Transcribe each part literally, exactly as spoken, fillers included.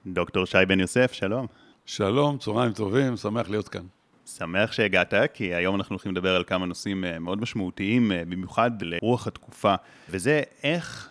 דוקטור שי בן יוסף, שלום. שלום, צהריים טובים, שמח להיות כאן. שמח שהגעת, כי היום אנחנו הולכים לדבר על כמה נושאים מאוד משמעותיים, במיוחד לרוח התקופה, וזה איך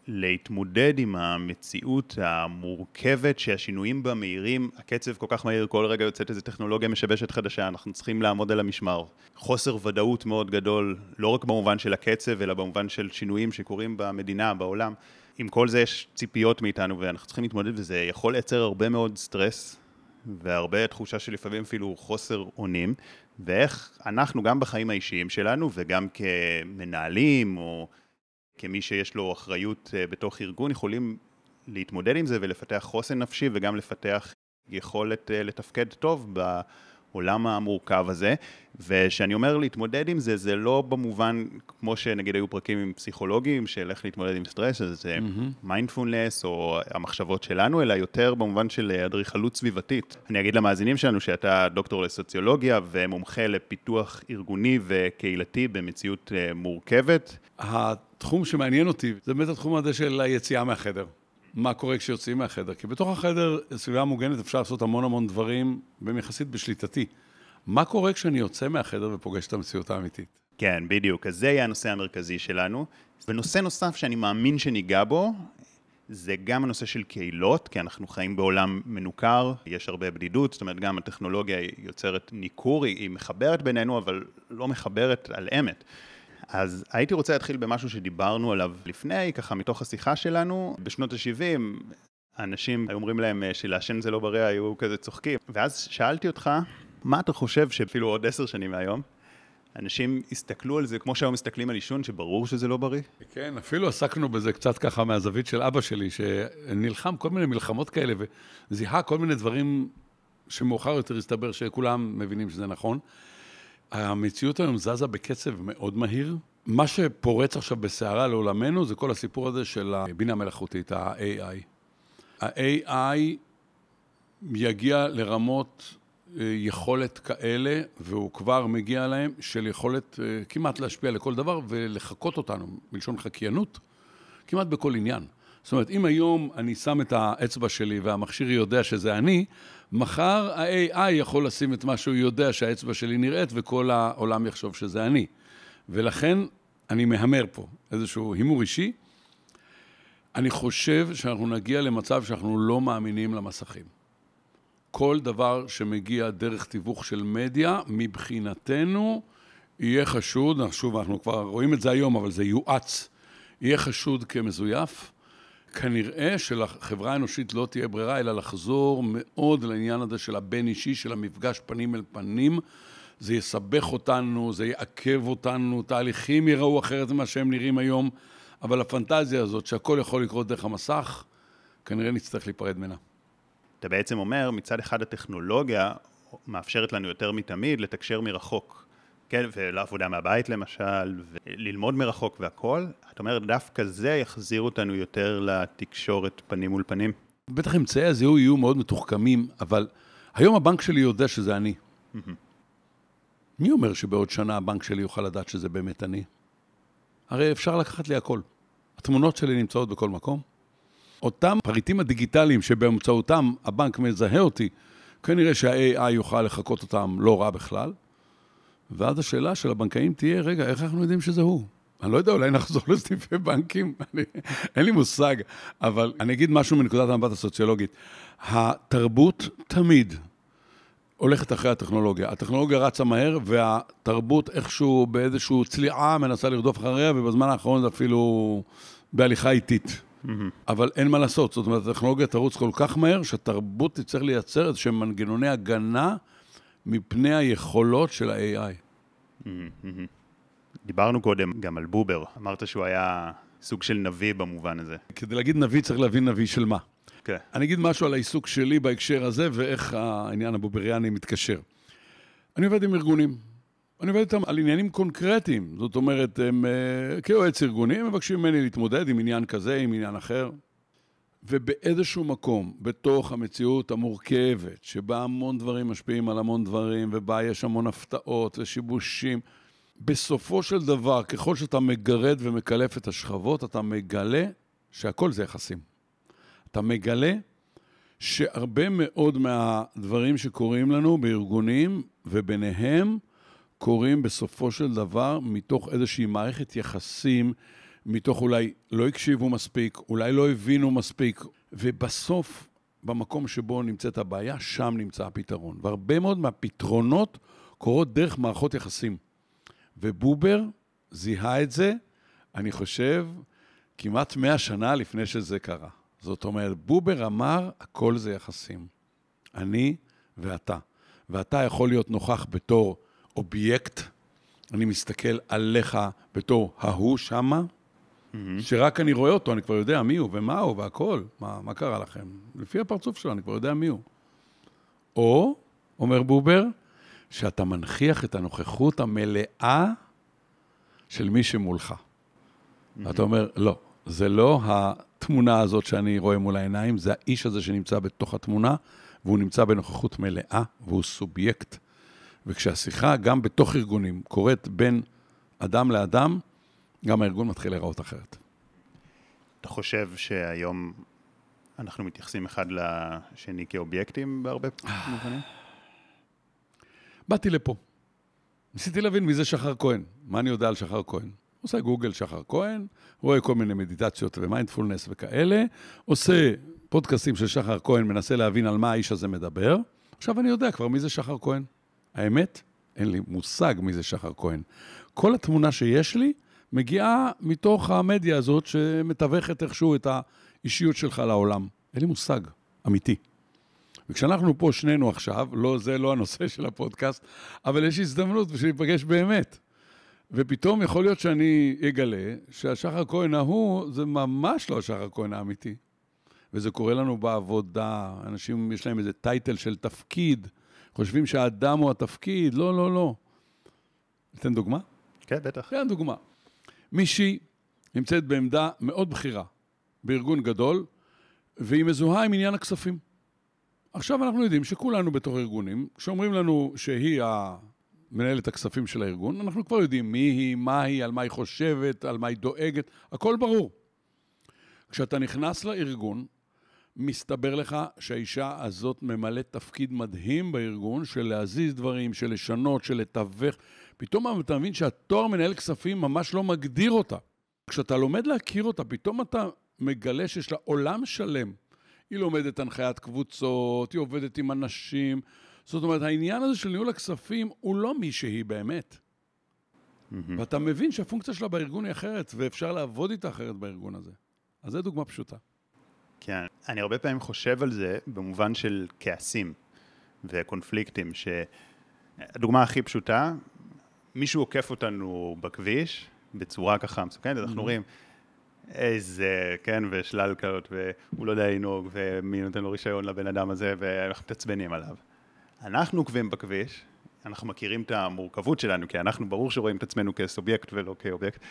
להתמודד עם המציאות המורכבת שהשינויים בה מהירים, הקצב כל כך מהיר, כל רגע יוצאת איזו טכנולוגיה משבשת חדשה, אנחנו צריכים לעמוד על המשמר. חוסר ודאות מאוד גדול, לא רק במובן של הקצב, אלא במובן של שינויים שקורים במדינה, בעולם. עם כל זה יש ציפיות מאיתנו, ואנחנו צריכים להתמודד, וזה יכול לייצר הרבה מאוד סטרס, והרבה תחושה שלפעמים אפילו חוסר אונים, ואיך אנחנו גם בחיים האישיים שלנו, וגם כמנהלים, או כמי שיש לו אחריות בתוך ארגון, יכולים להתמודד עם זה ולפתח חוסן נפשי, וגם לפתח יכולת לתפקד טוב בעולם המורכב הזה. ושאני אומר להתמודד עם זה, זה לא במובן, כמו שנגיד היו פרקים עם פסיכולוגים, של איך להתמודד עם סטרס, אז זה מיינדפולנס או המחשבות שלנו, אלא יותר במובן של אדריכלות סביבתית. אני אגיד למאזינים שלנו שאתה דוקטור לסוציולוגיה ומומחה לפיתוח ארגוני וקהילתי במציאות מורכבת. התחום שמעניין אותי, זה באמת התחום הזה של היציאה מהחדר. מה קורה כשיוצאים מהחדר? כי בתוך החדר, סביבה מוגנת, אפשר לעשות המון המון דברים, במחסית בשליטתי. מה קורה כשאני יוצא מהחדר ופוגש את המציאות האמיתית? כן, בדיוק. אז זה יהיה הנושא המרכזי שלנו. ונושא נוסף שאני מאמין שניגע בו, זה גם הנושא של קהילות, כי אנחנו חיים בעולם מנוכר, יש הרבה בדידות, זאת אומרת, גם הטכנולוגיה יוצרת ניכור, היא מחברת בינינו, אבל לא מחברת על אמת. אז הייתי רוצה להתחיל במשהו שדיברנו עליו לפני, ככה מתוך השיחה שלנו, בשנות ה-שבעים, האנשים היו אומרים להם שלעשן זה לא בריא, היו כזה צוחקים. ואז שאלתי אותך, מה אתה חושב שאפילו עוד עשר שנים מהיום, אנשים הסתכלו על זה כמו שהיום מסתכלים על עישון, שברור שזה לא בריא? כן, אפילו עסקנו בזה קצת ככה מהזווית של אבא שלי, שנלחם כל מיני מלחמות כאלה, וזיהה כל מיני דברים שמאוחר יותר הסתבר שכולם מבינים שזה נכון. המציאות היום זזה בקצב מאוד מהיר. מה שפורץ עכשיו בסערה לעולמנו, זה כל הסיפור הזה של הבינה המלאכותית, ה-איי איי. ה-איי איי יגיע לרמות יכולת כאלה, והוא כבר מגיע להם, של יכולת כמעט להשפיע לכל דבר, ולחכות אותנו, מלשון חקיינות, כמעט בכל עניין. זאת אומרת, אם היום אני שם את האצבע שלי, והמכשיר יודע שזה אני, מחר ה-איי איי יכול לשים את מה שהוא יודע שהאצבע שלי נראית, וכל העולם יחשוב שזה אני. ולכן אני מהמר פה איזשהו הימור אישי. אני חושב שאנחנו נגיע למצב שאנחנו לא מאמינים למסכים. כל דבר שמגיע דרך תיווך של מדיה, מבחינתנו, יהיה חשוד, שוב, אנחנו כבר רואים את זה היום, אבל זה יועץ, יהיה חשוד כמזויף. כנראה שלחברה האנושית לא תהיה ברירה, אלא לחזור מאוד לעניין הזה של הבן אישי, של המפגש פנים אל פנים. זה יסבך אותנו, זה יעכב אותנו, תהליכים יראו אחרת ממה שהם נראים היום, אבל הפנטזיה הזאת שהכל יכול לקרות דרך המסך, כנראה נצטרך להיפרד ממנה. אתה בעצם אומר, מצד אחד הטכנולוגיה מאפשרת לנו יותר מתמיד לתקשר מרחוק, כן, ולעבודה מהבית למשל, וללמוד מרחוק והכל. אתה אומר, דווקא זה יחזיר אותנו יותר לתקשורת פנים מול פנים. בטח אמצעי הזיהוי יהיו מאוד מתוחכמים, אבל היום הבנק שלי יודע שזה אני. מי אומר שבעוד שנה הבנק שלי יוכל לדעת שזה באמת אני? הרי אפשר לקחת לי הכל. התמונות שלי נמצאות בכל מקום. אותם פריטים הדיגיטליים שבאמצעותם הבנק מזהה אותי, כנראה שה-איי איי יוכל לחכות אותם לא רע בכלל. ואז השאלה של הבנקאים תהיה, רגע, איך אנחנו יודעים שזה הוא? אני לא יודע, אולי נחזור לסניפי בנקים, אני, אין לי מושג, אבל אני אגיד משהו מנקודת המבט הסוציולוגית. התרבות תמיד הולכת אחרי הטכנולוגיה. הטכנולוגיה רצה מהר, והתרבות איכשהו באיזשהו צליעה מנסה לרדוף אחריה, ובזמן האחרון זה אפילו בהליכה איטית. אבל אין מה לעשות, זאת אומרת, הטכנולוגיה תרוץ כל כך מהר, שהתרבות תצטרך לייצר את שם מנגנוני הגנה מפני היכולות של ה-איי איי. דיברנו קודם גם על בובר, אמרת שהוא היה סוג של נביא במובן הזה. כדי להגיד נביא צריך להבין נביא של מה. כן. אני אגיד משהו על העיסוק שלי בהקשר הזה, ואיך העניין הבובריאני מתקשר. אני עובד עם ארגונים. אני עובד איתם על עניינים קונקרטיים. זאת אומרת, הם כיועץ ארגוני, הם מבקשים ממני להתמודד עם עניין כזה, עם עניין אחר. ובאיזשהו מקום, בתוך המציאות המורכבת, שבה המון דברים משפיעים על המון דברים, ובה יש המון הפתעות ושיבושים, בסופו של דבר, ככל שאתה מגרד ומקלף את השכבות, אתה מגלה שהכל זה יחסים. אתה מגלה שהרבה מאוד מהדברים שקורים לנו בארגונים, וביניהם קורים בסופו של דבר מתוך איזושהי מערכת יחסים, מתוך אולי לא הקשיבו מספיק, אולי לא הבינו מספיק, ובסוף, במקום שבו נמצאת הבעיה, שם נמצא הפתרון. והרבה מאוד מהפתרונות קורות דרך מערכות יחסים. ובובר זיהה את זה, אני חושב, כמעט מאה שנה לפני שזה קרה. זאת אומרת, בובר אמר, הכל זה יחסים. אני ואתה. ואתה יכול להיות נוכח בתור אובייקט, אני מסתכל עליך בתור ההוא שמה, mm-hmm. שרק אני רואה אותו, אני כבר יודע מי הוא ומה הוא והכל. מה, מה קרה לכם? לפי הפרצוף שלו, אני כבר יודע מי הוא. או, אומר בובר, שאתה מנחיח את הנוכחות המלאה של מי שמולך. Mm-hmm. ואתה אומר, לא, זה לא התמונה הזאת שאני רואה מול העיניים, זה האיש הזה שנמצא בתוך התמונה, והוא נמצא בנוכחות מלאה, והוא סובייקט. וכשהשיחה גם בתוך ארגונים קורית בין אדם לאדם, גם הארגון מתחיל להיראות אחרת. אתה חושב שהיום אנחנו מתייחסים אחד לשני כאובייקטים בהרבה מובנים? באתי לפה. ניסיתי להבין מי זה שחר כהן. מה אני יודע על שחר כהן? עושה גוגל שחר כהן, רואה כל מיני מדיטציות ומיינדפולנס וכאלה, עושה פודקאסטים של שחר כהן, מנסה להבין על מה האיש הזה מדבר. עכשיו אני יודע כבר מי זה שחר כהן. האמת, אין לי מושג מי זה שחר כהן. כל התמונה שיש לי מגיעה מתוך המדיה הזאת שמתווכת איכשהו את האישיות שלך לעולם. אין לי מושג אמיתי. וכשאנחנו פה שנינו עכשיו, לא, זה לא הנושא של הפודקאסט, אבל יש הזדמנות ושניפגש באמת. ופתאום יכול להיות שאני אגלה שהשחר כהן ההוא זה ממש לא השחר כהן האמיתי. וזה קורה לנו בעבודה, אנשים יש להם איזה טייטל של תפקיד, חושבים שהאדם הוא התפקיד, לא, לא, לא. ניתן דוגמה? כן, בטח. ניתן דוגמה. מישהי נמצאת בעמדה מאוד בכירה, בארגון גדול, והיא מזוהה עם עניין הכספים. עכשיו אנחנו יודעים שכולנו בתור ארגונים, כשאומרים לנו שהיא מנהלת הכספים של הארגון, אנחנו כבר יודעים מי היא, מה היא, על מה היא חושבת, על מה היא דואגת, הכל ברור. כשאתה נכנס לארגון, מסתבר לך שהאישה הזאת ממלאת תפקיד מדהים בארגון, של להזיז דברים, של לשנות, של לתווך. פתאום אתה מבין שהתואר מנהל כספים ממש לא מגדיר אותה. כשאתה לומד להכיר אותה, פתאום אתה מגלה שיש לה עולם שלם. היא לומדת הנחיית קבוצות, היא עובדת עם אנשים. זאת אומרת, העניין הזה של ניהול הכספים הוא לא מי שהיא באמת. Mm-hmm. ואתה מבין שהפונקציה שלה בארגון היא אחרת, ואפשר לעבוד איתה אחרת בארגון הזה. אז זו דוגמה פשוטה. כן, אני הרבה פעמים חושב על זה במובן של כעסים וקונפליקטים, שהדוגמה הכי פשוטה, מישהו עוקף אותנו בכביש, בצורה ככה מסוכנת, mm-hmm. אנחנו רואים איזה, כן, ושלל כאלות, והוא לא יודע לנהוג, ומי נותן לו רישיון לבן אדם הזה, ואנחנו מתעצבנים עליו. אנחנו עוקבים בכביש, אנחנו מכירים את המורכבות שלנו, כי אנחנו ברור שרואים את עצמנו כסובייקט ולא כאובייקט,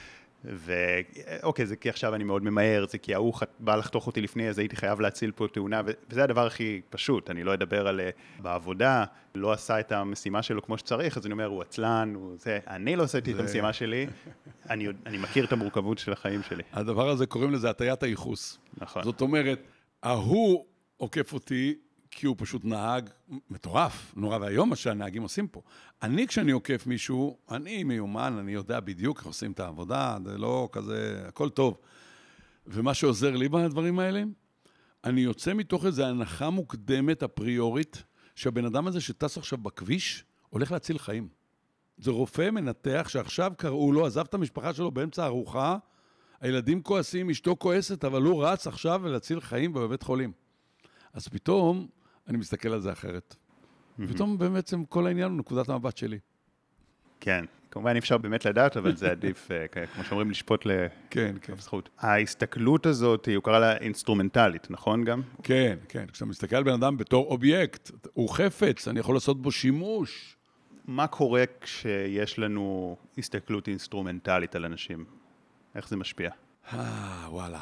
ואוקיי, זה כי עכשיו אני מאוד ממהר, זה כי ההוא בא לחתוך אותי לפני, אז הייתי חייב להציל פה תאונה, וזה הדבר הכי פשוט, אני לא אדבר על בעבודה, לא עשה את המשימה שלו כמו שצריך, אז אני אומר, הוא עצלן, הוא זה, אני לא עשיתי את המשימה שלי, אני, אני מכיר את המורכבות של החיים שלי. הדבר הזה קוראים לזה הטיית הייחוס. נכון. זאת אומרת, ההוא עוקף אותי, כי הוא פשוט נהג מטורף, נורא והיום מה שהנהגים עושים פה. אני כשאני עוקף מישהו, אני מיומן, אני יודע בדיוק איך עושים את העבודה, זה לא כזה, הכל טוב. ומה שעוזר לי בדברים האלה, אני יוצא מתוך איזו הנחה מוקדמת אפריורית, שהבן אדם הזה שטס עכשיו בכביש, הולך להציל חיים. זה רופא מנתח שעכשיו קראו לו, עזב את המשפחה שלו באמצע הארוחה, הילדים כועסים, אשתו כועסת, אבל הוא רץ עכשיו להציל חיים בבית חולים. אז פתאום אני מסתכל על זה אחרת. פתאום בעצם כל העניין הוא נקודת המבט שלי. כן, כמובן אפשר באמת לדעת, אבל זה עדיף, כמו שאומרים, לשפוט לכף זכות. ההסתכלות הזאת, היא קראה לה אינסטרומנטלית, נכון גם? כן, כן. כשאתה מסתכל על בן אדם בתור אובייקט, הוא חפץ, אני יכול לעשות בו שימוש. מה קורה כשיש לנו הסתכלות אינסטרומנטלית על אנשים? איך זה משפיע? אה, וואלה.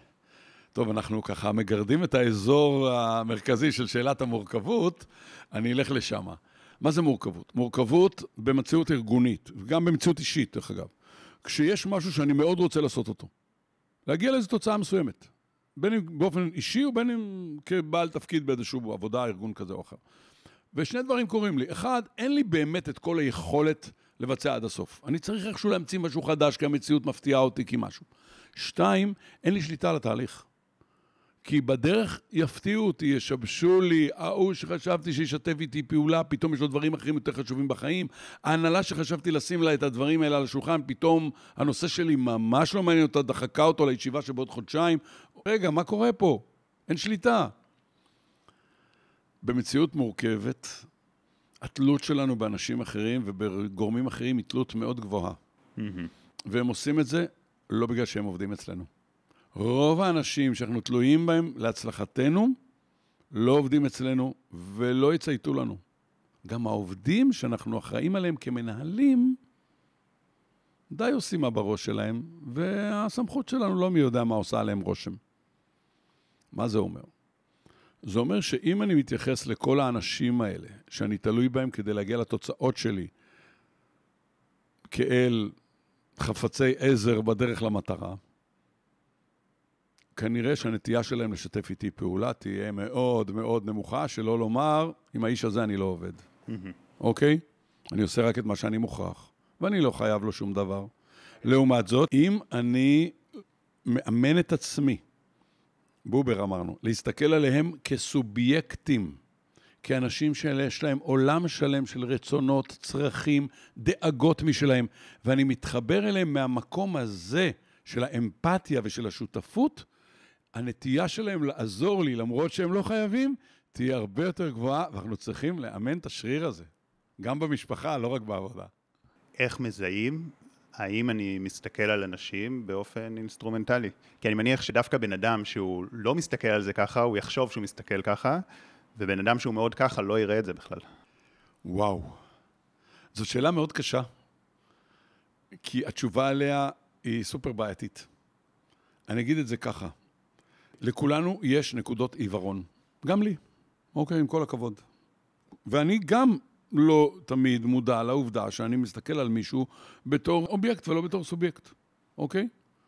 טוב, אנחנו ככה מגרדים את האזור המרכזי של שאלת המורכבות, אני אלך לשם. מה זה מורכבות? מורכבות במציאות ארגונית, וגם במציאות אישית, דרך אגב. כשיש משהו שאני מאוד רוצה לעשות אותו, להגיע לאיזו תוצאה מסוימת, בין אם באופן אישי ובין אם כבעל תפקיד באיזשהו עבודה, ארגון כזה או אחר. ושני דברים קורים לי. אחד, אין לי באמת את כל היכולת לבצע עד הסוף. אני צריך איכשהו להמציא משהו חדש, כי המציאות מפתיעה אותי כמשהו. שתיים, אין לי שליטה על התהליך. כי בדרך יפתיעו אותי, ישבשו לי, ההוא שחשבתי שישתף איתי פעולה, פתאום יש לו דברים אחרים יותר חשובים בחיים. ההנהלה שחשבתי לשים לה את הדברים האלה על השולחן, פתאום הנושא שלי ממש לא מעניין אותה, דחקה אותו לישיבה שבעוד חודשיים. רגע, מה קורה פה? אין שליטה. במציאות מורכבת, התלות שלנו באנשים אחרים ובגורמים אחרים היא תלות מאוד גבוהה. Mm-hmm. והם עושים את זה לא בגלל שהם עובדים אצלנו. רוב האנשים שאנחנו תלויים בהם להצלחתנו, לא עובדים אצלנו ולא יצייתו לנו. גם העובדים שאנחנו אחראים עליהם כמנהלים, די עושים מה בראש שלהם, והסמכות שלנו לא מי יודע מה עושה עליהם רושם. מה זה אומר? זה אומר שאם אני מתייחס לכל האנשים האלה, שאני תלוי בהם כדי להגיע לתוצאות שלי, כאל חפצי עזר בדרך למטרה, כנראה שהנטייה שלהם לשתף איתי פעולה תהיה מאוד מאוד נמוכה, שלא לומר, עם האיש הזה אני לא עובד. אוקיי? אני עושה רק את מה שאני מוכרח, ואני לא חייב לו שום דבר. לעומת זאת, אם אני מאמן את עצמי, בובר אמרנו, להסתכל עליהם כסובייקטים, כאנשים שיש להם עולם שלם של רצונות, צרכים, דאגות משלהם, ואני מתחבר אליהם מהמקום הזה של האמפתיה ושל השותפות, הנטייה שלהם לעזור לי, למרות שהם לא חייבים, תהיה הרבה יותר גבוהה, ואנחנו צריכים לאמן את השריר הזה, גם במשפחה, לא רק בעבודה. איך מזהים? האם אני מסתכל על אנשים באופן אינסטרומנטלי? כי אני מניח שדווקא בן אדם שהוא לא מסתכל על זה ככה, הוא יחשוב שהוא מסתכל ככה, ובן אדם שהוא מאוד ככה לא יראה את זה בכלל. וואו. זו שאלה מאוד קשה, כי התשובה עליה היא סופר בעייתית. אני אגיד את זה ככה. לכולנו יש נקודות עיוורון. גם לי. אוקיי, עם כל הכבוד. ואני גם לא תמיד מודע לעובדה שאני מסתכל על מישהו בתור אובייקט ולא בתור סובייקט. אוקיי?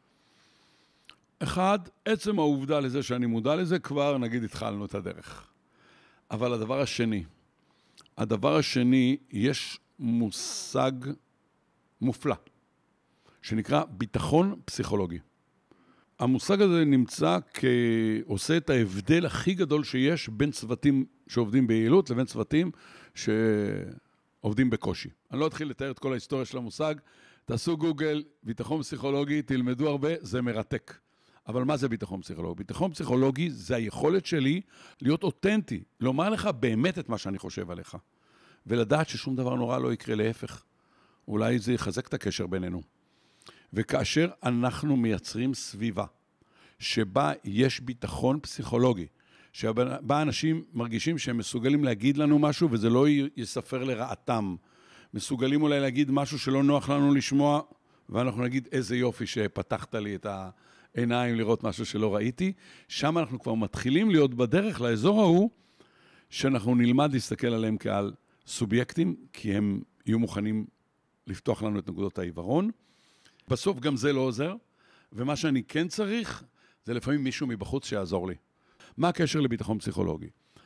אחד, עצם העובדה לזה שאני מודע לזה, כבר נגיד התחלנו את הדרך. אבל הדבר השני, הדבר השני, יש מושג מופלא, שנקרא ביטחון פסיכולוגי. המושג הזה נמצא כעושה את ההבדל הכי גדול שיש בין צוותים שעובדים ביעילות לבין צוותים שעובדים בקושי. אני לא אתחיל לתאר את כל ההיסטוריה של המושג, תעשו גוגל, ביטחון פסיכולוגי, תלמדו הרבה, זה מרתק. אבל מה זה ביטחון פסיכולוגי? ביטחון פסיכולוגי זה היכולת שלי להיות אותנטי, לומר לך באמת את מה שאני חושב עליך, ולדעת ששום דבר נורא לא יקרה להפך. אולי זה יחזק את הקשר בינינו. וכאשר אנחנו מייצרים סביבה שבה יש ביטחון פסיכולוגי, שבה אנשים מרגישים שהם מסוגלים להגיד לנו משהו וזה לא יספר לרעתם, מסוגלים אולי להגיד משהו שלא נוח לנו לשמוע, ואנחנו נגיד איזה יופי שפתחת לי את העיניים לראות משהו שלא ראיתי, שם אנחנו כבר מתחילים להיות בדרך לאזור ההוא, שאנחנו נלמד להסתכל עליהם כעל סובייקטים, כי הם יהיו מוכנים לפתוח לנו את נקודות העיוורון. בסוף גם זה לא עוזר, ומה שאני כן צריך, זה לפעמים מישהו מבחוץ שיעזור לי. מה הקשר לביטחון פסיכולוגי?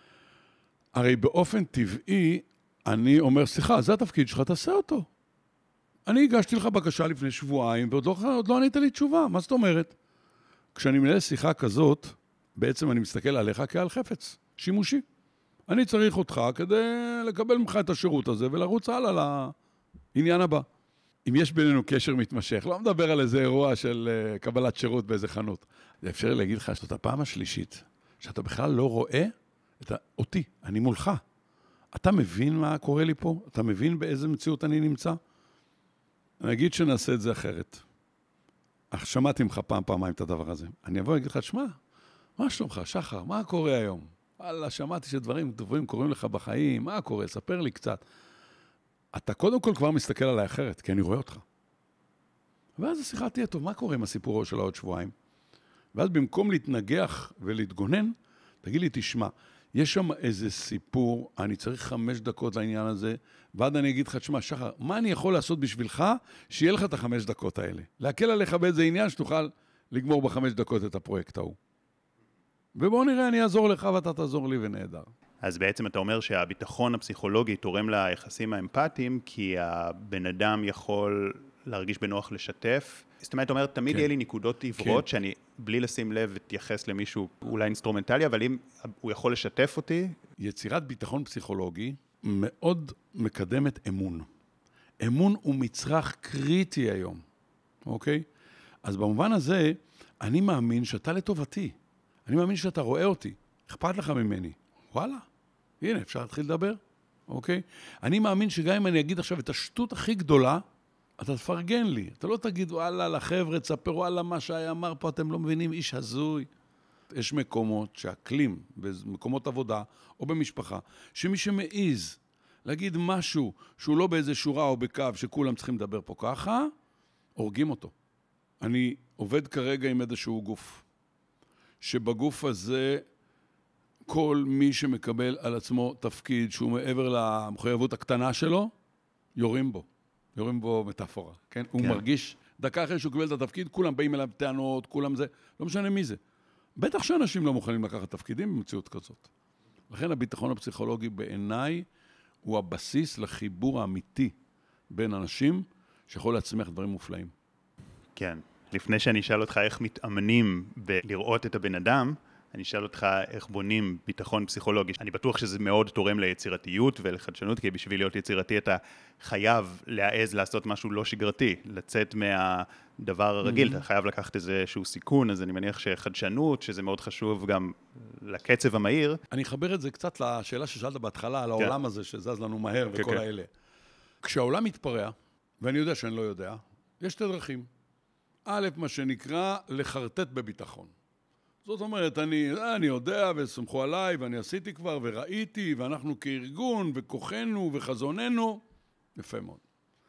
הרי באופן טבעי, אני אומר, סליחה, זה התפקיד שלך, תעשה אותו. אני הגשתי לך בקשה לפני שבועיים, ועוד לא, עוד לא ענית לי תשובה. מה זאת אומרת? כשאני מנהל שיחה כזאת, בעצם אני מסתכל עליך כעל חפץ, שימושי. אני צריך אותך כדי לקבל ממך את השירות הזה, ולרוץ הלאה לעניין הבא. אם יש בינינו קשר מתמשך, לא מדבר על איזה אירוע של uh, קבלת שירות באיזה חנות. זה אפשר להגיד לך שזאת הפעם השלישית, שאתה בכלל לא רואה את אותי, אני מולך. אתה מבין מה קורה לי פה? אתה מבין באיזה מציאות אני נמצא? אני אגיד שנעשה את זה אחרת. אך שמעתי ממך פעם, פעמיים את הדבר הזה. אני אבוא להגיד לך, שמע, מה שלומך, שחר? מה קורה היום? וואלה, שמעתי שדברים טובים קורים לך בחיים, מה קורה? ספר לי קצת. אתה קודם כל כבר מסתכל עליי אחרת, כי אני רואה אותך. ואז השיחה תהיה טוב, מה קורה עם הסיפורו של עוד שבועיים? ואז במקום להתנגח ולהתגונן, תגיד לי, תשמע, יש שם איזה סיפור, אני צריך חמש דקות לעניין הזה, ועד אני אגיד לך, תשמע, שחר, מה אני יכול לעשות בשבילך, שיהיה לך את החמש דקות האלה? להקל עליך באיזה עניין שתוכל לגמור בחמש דקות את הפרויקט ההוא. ובואו נראה, אני אעזור לך ואתה תעזור לי ונהדר. אז בעצם אתה אומר שהביטחון הפסיכולוגי תורם ליחסים האמפתיים, כי הבן אדם יכול להרגיש בנוח לשתף. זאת אומרת, אתה אומר, תמיד כן. יהיה לי נקודות עיוורות, כן. שאני בלי לשים לב ותייחס למישהו אולי אינסטרומנטלי, אבל אם הוא יכול לשתף אותי... יצירת ביטחון פסיכולוגי מאוד מקדמת אמון. אמון הוא מצרך קריטי היום, אוקיי? אז במובן הזה, אני מאמין שאתה לטובתי. אני מאמין שאתה רואה אותי. אכפת לך ממני. וואלה, הנה, אפשר להתחיל לדבר, אוקיי? אני מאמין שגם אם אני אגיד עכשיו את השטות הכי גדולה, אתה תפרגן לי. אתה לא תגיד, וואלה, לחבר'ה, תספר, וואלה, מה שהיה אמר פה, אתם לא מבינים, איש הזוי. יש מקומות שהכלים, במקומות עבודה או במשפחה, שמי שמעיז להגיד משהו שהוא לא באיזה שורה או בקו שכולם צריכים לדבר פה ככה, הורגים אותו. אני עובד כרגע עם איזשהו גוף, שבגוף הזה כל מי שמקבל על עצמו תפקיד שהוא מעבר למחויבות הקטנה שלו, יורים בו. יורים בו מטאפורה, כן? כן. הוא מרגיש, דקה אחרי שהוא קיבל את התפקיד, כולם באים אליו טענות, כולם זה, לא משנה מי זה. בטח שאנשים לא מוכנים לקחת תפקידים במציאות כזאת. לכן הביטחון הפסיכולוגי בעיניי הוא הבסיס לחיבור האמיתי בין אנשים שיכול להצמיח דברים מופלאים. כן. לפני שאני אשאל אותך איך מתאמנים בלראות את הבן אדם, אני אשאל אותך איך בונים ביטחון פסיכולוגי. אני בטוח שזה מאוד תורם ליצירתיות ולחדשנות, כי בשביל להיות יצירתי אתה חייב להעז לעשות משהו לא שגרתי, לצאת מהדבר הרגיל, אתה חייב לקחת איזשהו סיכון, אז אני מניח שחדשנות, שזה מאוד חשוב גם לקצב המהיר. אני אחבר את זה קצת לשאלה ששאלת בהתחלה, על העולם הזה שזז לנו מהר וכל האלה. כשהעולם מתפרע, ואני יודע שאני לא יודע, יש שתי דרכים. א', מה שנקרא לחרטט בביטחון. זאת אומרת, אני, אני יודע וסמכו עליי ואני עשיתי כבר וראיתי ואנחנו כארגון וכוחנו וחזוננו, יפה מאוד.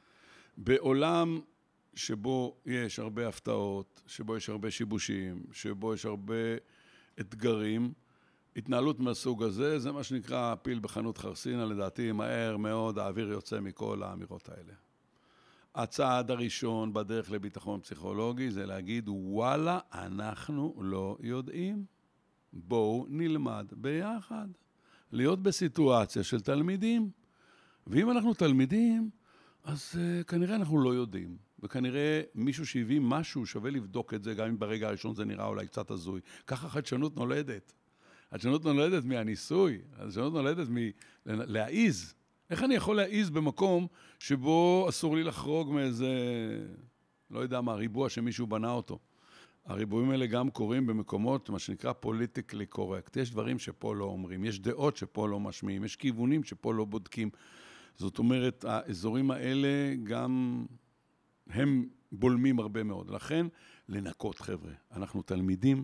בעולם שבו יש הרבה הפתעות, שבו יש הרבה שיבושים, שבו יש הרבה אתגרים, התנהלות מהסוג הזה, זה מה שנקרא פיל בחנות חרסינה, לדעתי מהר מאוד האוויר יוצא מכל האמירות האלה. הצעד הראשון בדרך לביטחון פסיכולוגי זה להגיד, וואלה, אנחנו לא יודעים. בואו נלמד ביחד. להיות בסיטואציה של תלמידים. ואם אנחנו תלמידים, אז uh, כנראה אנחנו לא יודעים. וכנראה מישהו שהביא משהו שווה לבדוק את זה, גם אם ברגע הראשון זה נראה אולי קצת הזוי. ככה חדשנות נולדת. חדשנות נולדת מהניסוי. חדשנות נולדת מלהעיז. איך אני יכול להעיז במקום שבו אסור לי לחרוג מאיזה, לא יודע מה, ריבוע שמישהו בנה אותו. הריבועים האלה גם קורים במקומות, מה שנקרא politically correct. יש דברים שפה לא אומרים, יש דעות שפה לא משמיעים, יש כיוונים שפה לא בודקים. זאת אומרת, האזורים האלה גם הם בולמים הרבה מאוד. לכן, לנקות, חבר'ה. אנחנו תלמידים.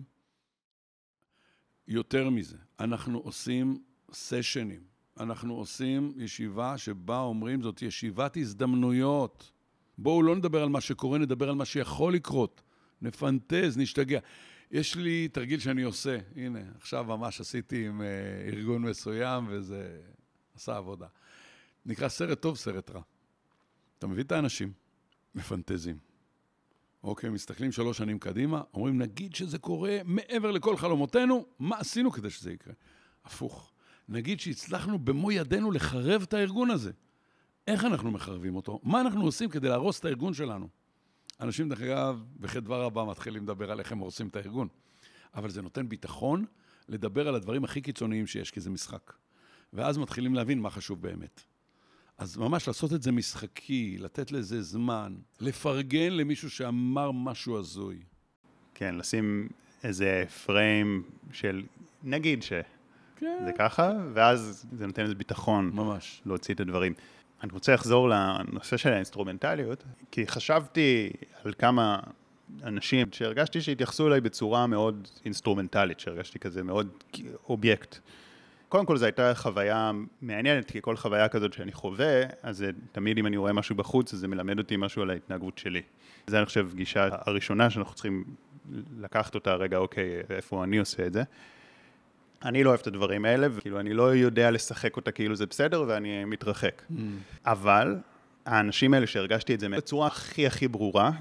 יותר מזה, אנחנו עושים סשנים. אנחנו עושים ישיבה שבה אומרים, זאת ישיבת הזדמנויות. בואו לא נדבר על מה שקורה, נדבר על מה שיכול לקרות. נפנטז, נשתגע. יש לי תרגיל שאני עושה, הנה, עכשיו ממש עשיתי עם uh, ארגון מסוים, וזה עשה עבודה. נקרא סרט טוב, סרט רע. אתה מביא את האנשים, מפנטזים. אוקיי, מסתכלים שלוש שנים קדימה, אומרים, נגיד שזה קורה מעבר לכל חלומותינו, מה עשינו כדי שזה יקרה? הפוך. נגיד שהצלחנו במו ידינו לחרב את הארגון הזה. איך אנחנו מחרבים אותו? מה אנחנו עושים כדי להרוס את הארגון שלנו? אנשים, דרך אגב, בחדבר הבא מתחילים לדבר על איך הם הורסים את הארגון. אבל זה נותן ביטחון לדבר על הדברים הכי קיצוניים שיש, כי זה משחק. ואז מתחילים להבין מה חשוב באמת. אז ממש לעשות את זה משחקי, לתת לזה זמן, לפרגן למישהו שאמר משהו הזוי. כן, לשים איזה פריים של, נגיד ש... כן. זה ככה, ואז זה נותן איזה ביטחון. ממש. להוציא את הדברים. אני רוצה לחזור לנושא של האינסטרומנטליות, כי חשבתי על כמה אנשים שהרגשתי שהתייחסו אליי בצורה מאוד אינסטרומנטלית, שהרגשתי כזה מאוד אובייקט. קודם כל זו הייתה חוויה מעניינת, כי כל חוויה כזאת שאני חווה, אז זה, תמיד אם אני רואה משהו בחוץ, אז זה מלמד אותי משהו על ההתנהגות שלי. זה אני חושב גישה הראשונה שאנחנו צריכים לקחת אותה רגע, אוקיי, איפה אני עושה את זה. אני לא אוהב את הדברים האלה, וכאילו אני לא יודע לשחק אותה כאילו זה בסדר, ואני מתרחק. Mm. אבל האנשים האלה שהרגשתי את זה בצורה הכי הכי ברורה,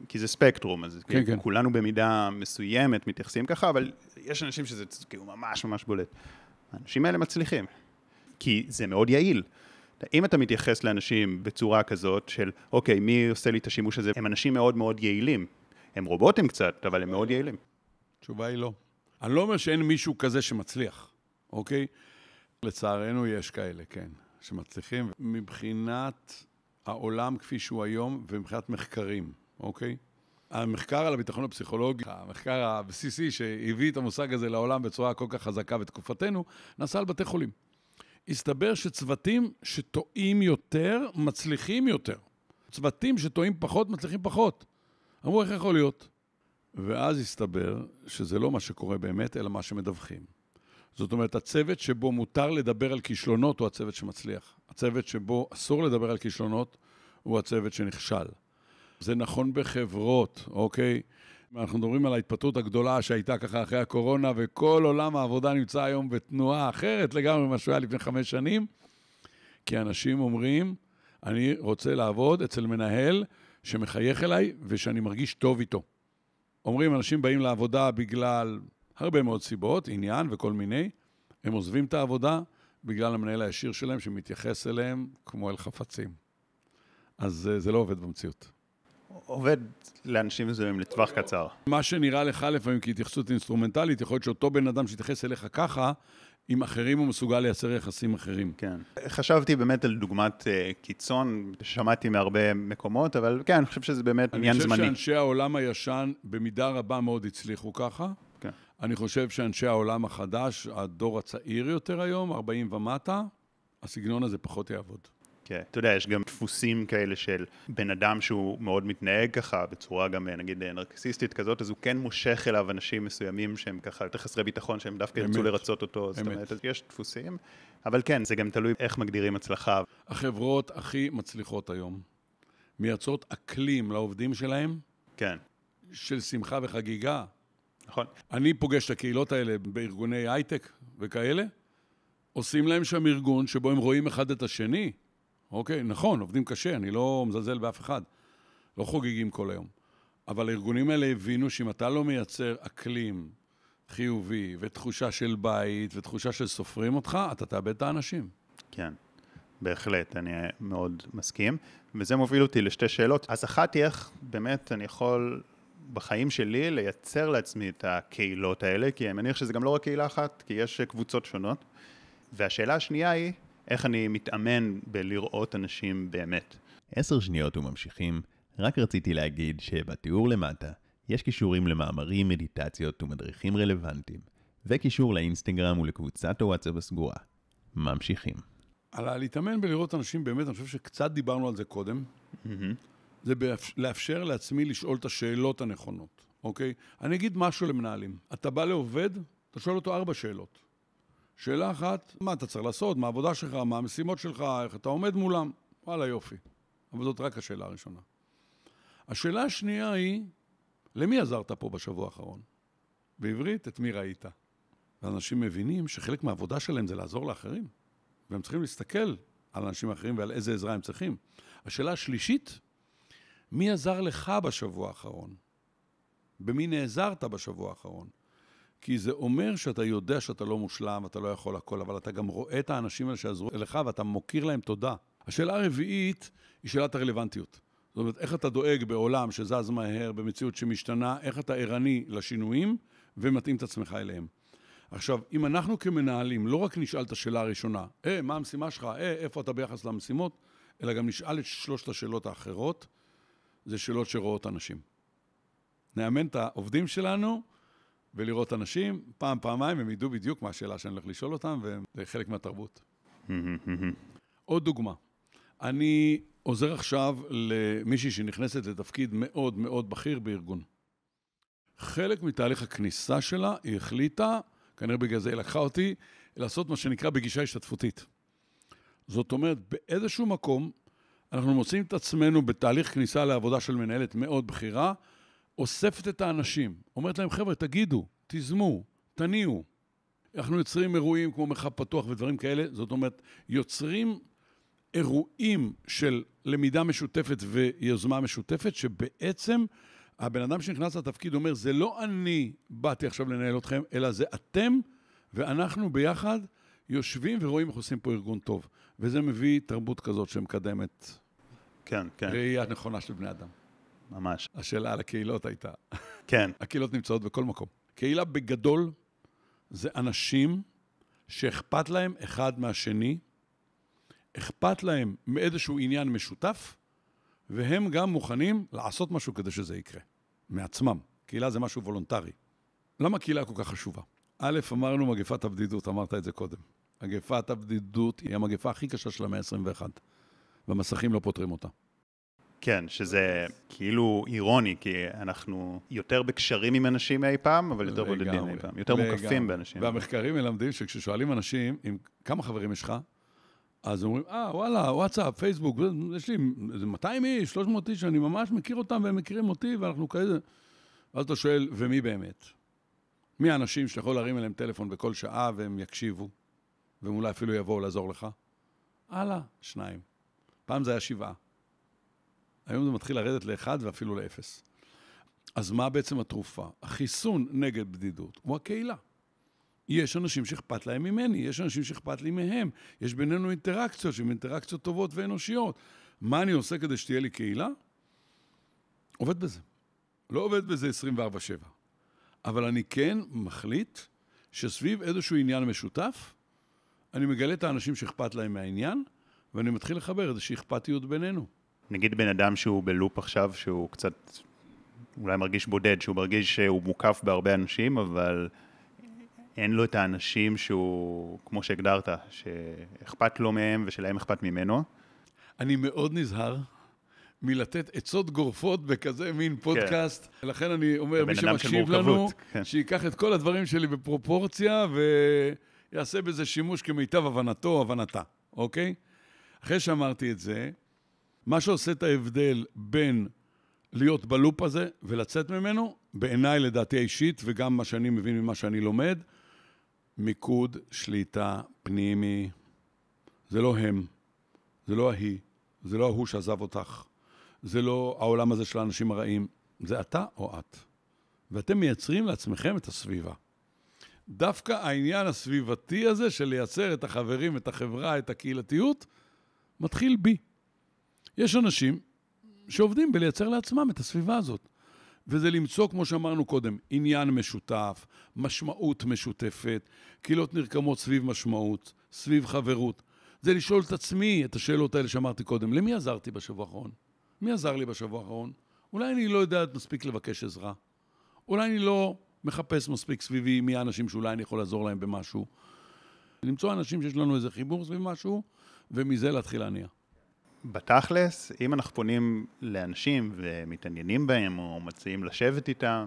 כי זה ספקטרום, אז כן, כן. כולנו במידה מסוימת מתייחסים ככה, אבל יש אנשים שזה כאילו ממש ממש בולט. האנשים האלה מצליחים, כי זה מאוד יעיל. אם אתה מתייחס לאנשים בצורה כזאת של, אוקיי, מי עושה לי את השימוש הזה? הם אנשים מאוד מאוד יעילים. הם רובוטים קצת, אבל הם מאוד יעילים. התשובה היא לא. אני לא אומר שאין מישהו כזה שמצליח, אוקיי? לצערנו יש כאלה, כן, שמצליחים. מבחינת העולם כפי שהוא היום, ומבחינת מחקרים, אוקיי? המחקר על הביטחון הפסיכולוגי, המחקר הבסיסי שהביא את המושג הזה לעולם בצורה כל כך חזקה בתקופתנו, נעשה על בתי חולים. הסתבר שצוותים שטועים יותר, מצליחים יותר. צוותים שטועים פחות, מצליחים פחות. אמרו, איך יכול להיות? ואז הסתבר שזה לא מה שקורה באמת, אלא מה שמדווחים. זאת אומרת, הצוות שבו מותר לדבר על כישלונות הוא הצוות שמצליח. הצוות שבו אסור לדבר על כישלונות הוא הצוות שנכשל. זה נכון בחברות, אוקיי? אנחנו מדברים על ההתפתחות הגדולה שהייתה ככה אחרי הקורונה, וכל עולם העבודה נמצא היום בתנועה אחרת לגמרי ממה שהיה לפני חמש שנים, כי אנשים אומרים, אני רוצה לעבוד אצל מנהל שמחייך אליי ושאני מרגיש טוב איתו. אומרים, אנשים באים לעבודה בגלל הרבה מאוד סיבות, עניין וכל מיני, הם עוזבים את העבודה בגלל המנהל הישיר שלהם שמתייחס אליהם כמו אל חפצים. אז זה לא עובד במציאות. עובד לאנשים מסוימים לטווח קצר. מה שנראה לך לפעמים כהתייחסות אינסטרומנטלית, יכול להיות שאותו בן אדם שיתייחס אליך ככה, עם אחרים הוא מסוגל לייצר יחסים אחרים. כן. חשבתי באמת על דוגמת uh, קיצון, שמעתי מהרבה מקומות, אבל כן, אני חושב שזה באמת עניין זמני. אני חושב שאנשי העולם הישן במידה רבה מאוד הצליחו ככה. כן. אני חושב שאנשי העולם החדש, הדור הצעיר יותר היום, ארבעים ומטה, הסגנון הזה פחות יעבוד. כן, אתה יודע, יש גם דפוסים כאלה של בן אדם שהוא מאוד מתנהג ככה, בצורה גם, נגיד, נרקסיסטית כזאת, אז הוא כן מושך אליו אנשים מסוימים שהם ככה יותר חסרי ביטחון, שהם דווקא ירצו לרצות אותו, זאת אומרת, אז יש דפוסים, אבל כן, זה גם תלוי איך מגדירים הצלחה. החברות הכי מצליחות היום, מייצרות אקלים לעובדים שלהם, כן. של שמחה וחגיגה. נכון. אני פוגש את הקהילות האלה בארגוני הייטק וכאלה, עושים להם שם ארגון שבו הם רואים אחד את השני, אוקיי, נכון, עובדים קשה, אני לא מזלזל באף אחד. לא חוגגים כל היום. אבל הארגונים האלה הבינו שאם אתה לא מייצר אקלים חיובי ותחושה של בית ותחושה של סופרים אותך, אתה תאבד את האנשים. כן, בהחלט, אני מאוד מסכים. וזה מוביל אותי לשתי שאלות. אז אחת היא איך באמת אני יכול בחיים שלי לייצר לעצמי את הקהילות האלה, כי אני מניח שזה גם לא רק קהילה אחת, כי יש קבוצות שונות. והשאלה השנייה היא, איך אני מתאמן בלראות אנשים באמת. עשר שניות וממשיכים, רק רציתי להגיד שבתיאור למטה יש קישורים למאמרים, מדיטציות ומדריכים רלוונטיים, וקישור לאינסטגרם ולקבוצת הוואטסאפ הסגורה. ממשיכים. על להתאמן בלראות אנשים באמת, אני חושב שקצת דיברנו על זה קודם, mm-hmm. זה לאפשר לעצמי לשאול את השאלות הנכונות, אוקיי? אני אגיד משהו למנהלים. אתה בא לעובד, אתה שואל אותו ארבע שאלות. שאלה אחת, מה אתה צריך לעשות, מה העבודה שלך, מה המשימות שלך, איך אתה עומד מולם, וואלה יופי. אבל זאת רק השאלה הראשונה. השאלה השנייה היא, למי עזרת פה בשבוע האחרון? בעברית, את מי ראית? ואנשים מבינים שחלק מהעבודה שלהם זה לעזור לאחרים, והם צריכים להסתכל על אנשים אחרים ועל איזה עזרה הם צריכים. השאלה השלישית, מי עזר לך בשבוע האחרון? במי נעזרת בשבוע האחרון? כי זה אומר שאתה יודע שאתה לא מושלם, אתה לא יכול הכל, אבל אתה גם רואה את האנשים האלה שעזרו לך, ואתה מוקיר להם תודה. השאלה הרביעית היא שאלת הרלוונטיות. זאת אומרת, איך אתה דואג בעולם שזז מהר, במציאות שמשתנה, איך אתה ערני לשינויים, ומתאים את עצמך אליהם. עכשיו, אם אנחנו כמנהלים לא רק נשאל את השאלה הראשונה, אה, מה המשימה שלך? אה, איפה אתה ביחס למשימות? אלא גם נשאל את שלושת השאלות האחרות, זה שאלות שרואות אנשים. נאמן את העובדים שלנו, ולראות אנשים, פעם, פעמיים, הם ידעו בדיוק מה השאלה שאני הולך לשאול אותם, וזה חלק מהתרבות. עוד דוגמה. אני עוזר עכשיו למישהי שנכנסת לתפקיד מאוד מאוד בכיר בארגון. חלק מתהליך הכניסה שלה, היא החליטה, כנראה בגלל זה היא לקחה אותי, לעשות מה שנקרא בגישה השתתפותית. זאת אומרת, באיזשהו מקום, אנחנו מוצאים את עצמנו בתהליך כניסה לעבודה של מנהלת מאוד בכירה, אוספת את האנשים, אומרת להם, חבר'ה, תגידו, תזמו, תניעו. אנחנו יוצרים אירועים כמו מרחב פתוח ודברים כאלה, זאת אומרת, יוצרים אירועים של למידה משותפת ויוזמה משותפת, שבעצם הבן אדם שנכנס לתפקיד אומר, זה לא אני באתי עכשיו לנהל אתכם, אלא זה אתם ואנחנו ביחד יושבים ורואים איך עושים פה ארגון טוב. וזה מביא תרבות כזאת שמקדמת כן, כן. ראייה נכונה של בני אדם. ממש. השאלה על הקהילות הייתה. כן. הקהילות נמצאות בכל מקום. קהילה בגדול זה אנשים שאכפת להם אחד מהשני, אכפת להם מאיזשהו עניין משותף, והם גם מוכנים לעשות משהו כדי שזה יקרה, מעצמם. קהילה זה משהו וולונטרי. למה קהילה כל כך חשובה? א', אמרנו מגפת הבדידות, אמרת את זה קודם. מגפת הבדידות היא המגפה הכי קשה של המאה ה-עשרים ואחת, והמסכים לא פותרים אותה. כן, שזה כאילו אירוני, כי אנחנו יותר בקשרים עם אנשים אי פעם, אבל יותר בודדים אי פעם, יותר מוקפים באנשים. והמחקרים מלמדים שכששואלים אנשים, עם כמה חברים יש לך, אז אומרים, אה, וואלה, וואטסאפ, פייסבוק, יש לי איזה מאתיים איש, שלוש מאות איש, אני ממש מכיר אותם והם מכירים אותי, ואנחנו כאלה. אז אתה שואל, ומי באמת? מי האנשים שאתה יכול להרים אליהם טלפון בכל שעה והם יקשיבו, והם אולי אפילו יבואו לעזור לך? הלאה, שניים. פעם זה היה שבעה. היום זה מתחיל לרדת לאחד ואפילו לאפס. אז מה בעצם התרופה? החיסון נגד בדידות הוא הקהילה. יש אנשים שאכפת להם ממני, יש אנשים שאכפת לי מהם, יש בינינו אינטראקציות, שהן אינטראקציות טובות ואנושיות. מה אני עושה כדי שתהיה לי קהילה? עובד בזה. לא עובד בזה עשרים וארבע שבע. אבל אני כן מחליט שסביב איזשהו עניין משותף, אני מגלה את האנשים שאכפת להם מהעניין, ואני מתחיל לחבר איזושהי אכפתיות בינינו. נגיד בן אדם שהוא בלופ עכשיו, שהוא קצת אולי מרגיש בודד, שהוא מרגיש שהוא מוקף בהרבה אנשים, אבל אין לו את האנשים שהוא, כמו שהגדרת, שאכפת לו מהם ושלהם אכפת ממנו. אני מאוד נזהר מלתת עצות גורפות בכזה מין פודקאסט. כן. לכן אני אומר, מי שמקשיב לנו, כן. שיקח את כל הדברים שלי בפרופורציה, ויעשה בזה שימוש כמיטב הבנתו או הבנתה, אוקיי? אחרי שאמרתי את זה, מה שעושה את ההבדל בין להיות בלופ הזה ולצאת ממנו, בעיניי לדעתי האישית, וגם מה שאני מבין ממה שאני לומד, מיקוד, שליטה, פנימי, זה לא הם, זה לא ההיא, זה לא ההוא שעזב אותך, זה לא העולם הזה של האנשים הרעים, זה אתה או את. ואתם מייצרים לעצמכם את הסביבה. דווקא העניין הסביבתי הזה של לייצר את החברים, את החברה, את הקהילתיות, מתחיל בי. יש אנשים שעובדים בלייצר לעצמם את הסביבה הזאת. וזה למצוא, כמו שאמרנו קודם, עניין משותף, משמעות משותפת, קהילות נרקמות סביב משמעות, סביב חברות. זה לשאול את עצמי את השאלות האלה שאמרתי קודם. למי עזרתי בשבוע האחרון? מי עזר לי בשבוע האחרון? אולי אני לא יודע מספיק לבקש עזרה. אולי אני לא מחפש מספיק סביבי מי האנשים שאולי אני יכול לעזור להם במשהו. למצוא אנשים שיש לנו איזה חיבור סביב משהו, ומזה להתחיל להניע. בתכלס, אם אנחנו פונים לאנשים ומתעניינים בהם או מציעים לשבת איתם,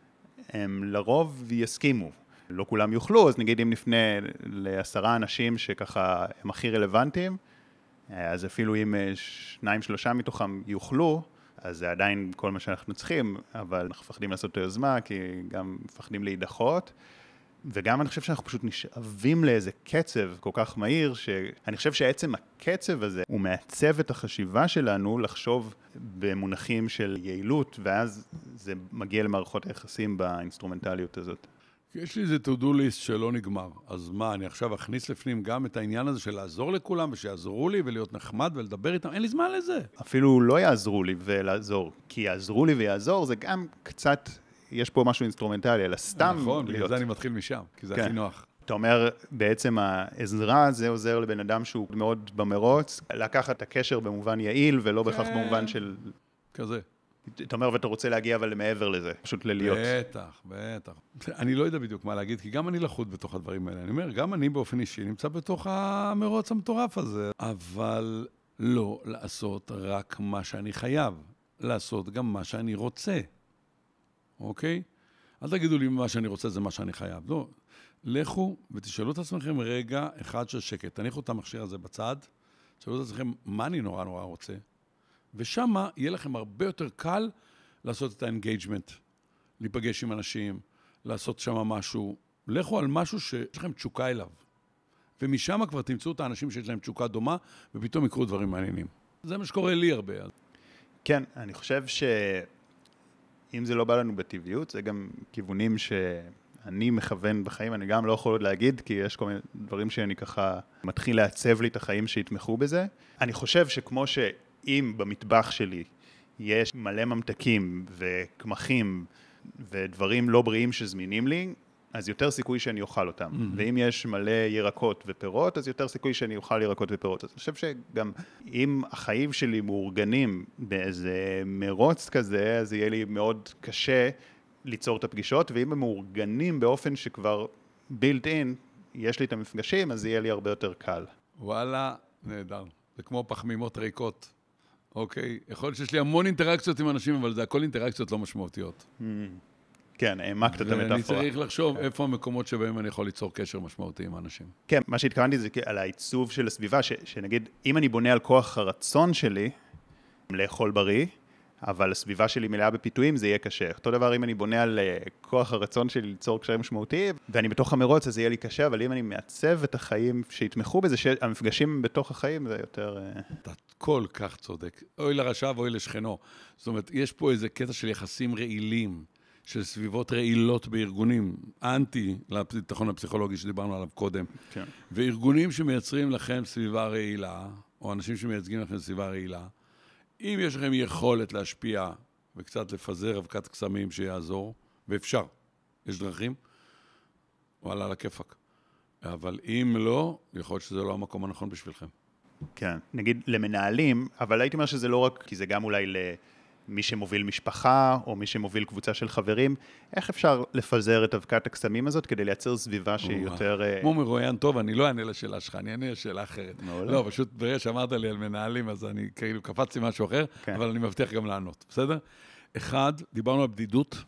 הם לרוב יסכימו. לא כולם יוכלו, אז נגיד אם נפנה לעשרה אנשים שככה הם הכי רלוונטיים, אז אפילו אם שניים, שלושה מתוכם יוכלו, אז זה עדיין כל מה שאנחנו צריכים, אבל אנחנו מפחדים לעשות את היוזמה, כי גם מפחדים להידחות. וגם אני חושב שאנחנו פשוט נשאבים לאיזה קצב כל כך מהיר, שאני חושב שעצם הקצב הזה הוא מעצב את החשיבה שלנו לחשוב במונחים של יעילות, ואז זה מגיע למערכות היחסים באינסטרומנטליות הזאת. יש לי איזה to-do list שלא נגמר. אז מה, אני עכשיו אכניס לפנים גם את העניין הזה של לעזור לכולם, ושיעזרו לי ולהיות נחמד ולדבר איתם? אין לי זמן לזה. אפילו לא יעזרו לי ולעזור, כי יעזרו לי ויעזור, זה גם קצת... יש פה משהו אינסטרומנטלי, אלא סתם נכון, בגלל זה אני מתחיל משם, כי זה הכי נוח. אתה אומר, בעצם העזרה זה עוזר לבן אדם שהוא מאוד במרוץ, לקחת את הקשר במובן יעיל, ולא בכך במובן של... כזה. אתה אומר, ואתה רוצה להגיע אבל למעבר לזה, פשוט ללהיות. בטח, בטח. אני לא יודע בדיוק מה להגיד, כי גם אני לחוד בתוך הדברים האלה. אני אומר, גם אני באופן אישי נמצא בתוך המרוץ המטורף הזה, אבל לא לעשות רק מה שאני חייב, לעשות גם מה שאני רוצה. אוקיי? אל תגידו לי מה שאני רוצה זה מה שאני חייב. לא, לכו ותשאלו את עצמכם רגע אחד של שקט. תניחו את המכשיר הזה בצד, תשאלו את עצמכם מה אני נורא נורא רוצה, ושמה יהיה לכם הרבה יותר קל לעשות את האנגייג'מנט, להיפגש עם אנשים, לעשות שמה משהו. לכו על משהו שיש לכם תשוקה אליו. ומשם כבר תמצאו את האנשים שיש להם תשוקה דומה, ופתאום יקרו דברים מעניינים. זה מה שקורה לי הרבה. כן, אני חושב ש... אם זה לא בא לנו בטבעיות, זה גם כיוונים שאני מכוון בחיים, אני גם לא יכול עוד להגיד, כי יש כל מיני דברים שאני ככה מתחיל לעצב לי את החיים שיתמכו בזה. אני חושב שכמו שאם במטבח שלי יש מלא ממתקים וקמחים ודברים לא בריאים שזמינים לי, אז יותר סיכוי שאני אוכל אותם. Mm-hmm. ואם יש מלא ירקות ופירות, אז יותר סיכוי שאני אוכל ירקות ופירות. אז אני חושב שגם אם החיים שלי מאורגנים באיזה מרוץ כזה, אז יהיה לי מאוד קשה ליצור את הפגישות, ואם הם מאורגנים באופן שכבר built in, יש לי את המפגשים, אז יהיה לי הרבה יותר קל. וואלה, נהדר. זה כמו פחמימות ריקות. אוקיי? יכול להיות שיש לי המון אינטראקציות עם אנשים, אבל זה הכל אינטראקציות לא משמעותיות. Mm-hmm. כן, העמקת את המטאפורה. ואני צריך לחשוב איפה המקומות שבהם אני יכול ליצור קשר משמעותי עם האנשים. כן, מה שהתכוונתי זה על העיצוב של הסביבה, ש, שנגיד, אם אני בונה על כוח הרצון שלי לאכול בריא, אבל הסביבה שלי מלאה בפיתויים, זה יהיה קשה. אותו דבר, אם אני בונה על כוח הרצון שלי ליצור קשר משמעותי, ואני בתוך המרוץ, אז זה יהיה לי קשה, אבל אם אני מעצב את החיים שיתמכו בזה, שהמפגשים בתוך החיים, זה יותר... אתה כל כך צודק. אוי לרשע ואוי לשכנו. זאת אומרת, יש פה איזה קטע של יחסים רעילים, של סביבות רעילות בארגונים, אנטי לביטחון הפסיכולוגי שדיברנו עליו קודם, כן. וארגונים שמייצרים לכם סביבה רעילה, או אנשים שמייצגים לכם סביבה רעילה, אם יש לכם יכולת להשפיע וקצת לפזר אבקת קסמים שיעזור, ואפשר, יש דרכים, וואלה, על הכיפק. אבל אם לא, יכול להיות שזה לא המקום הנכון בשבילכם. כן, נגיד למנהלים, אבל הייתי אומר שזה לא רק, כי זה גם אולי ל... מי שמוביל משפחה, או מי שמוביל קבוצה של חברים, איך אפשר לפזר את אבקת הקסמים הזאת, כדי לייצר סביבה שהיא יותר... כמו מרואיין טוב, אני לא אענה לשאלה שלך, אני אענה לשאלה אחרת. לא, פשוט ברגע שאמרת לי על מנהלים, אז אני כאילו קפצתי משהו אחר, אבל אני מבטיח גם לענות, בסדר? אחד, דיברנו על בדידות,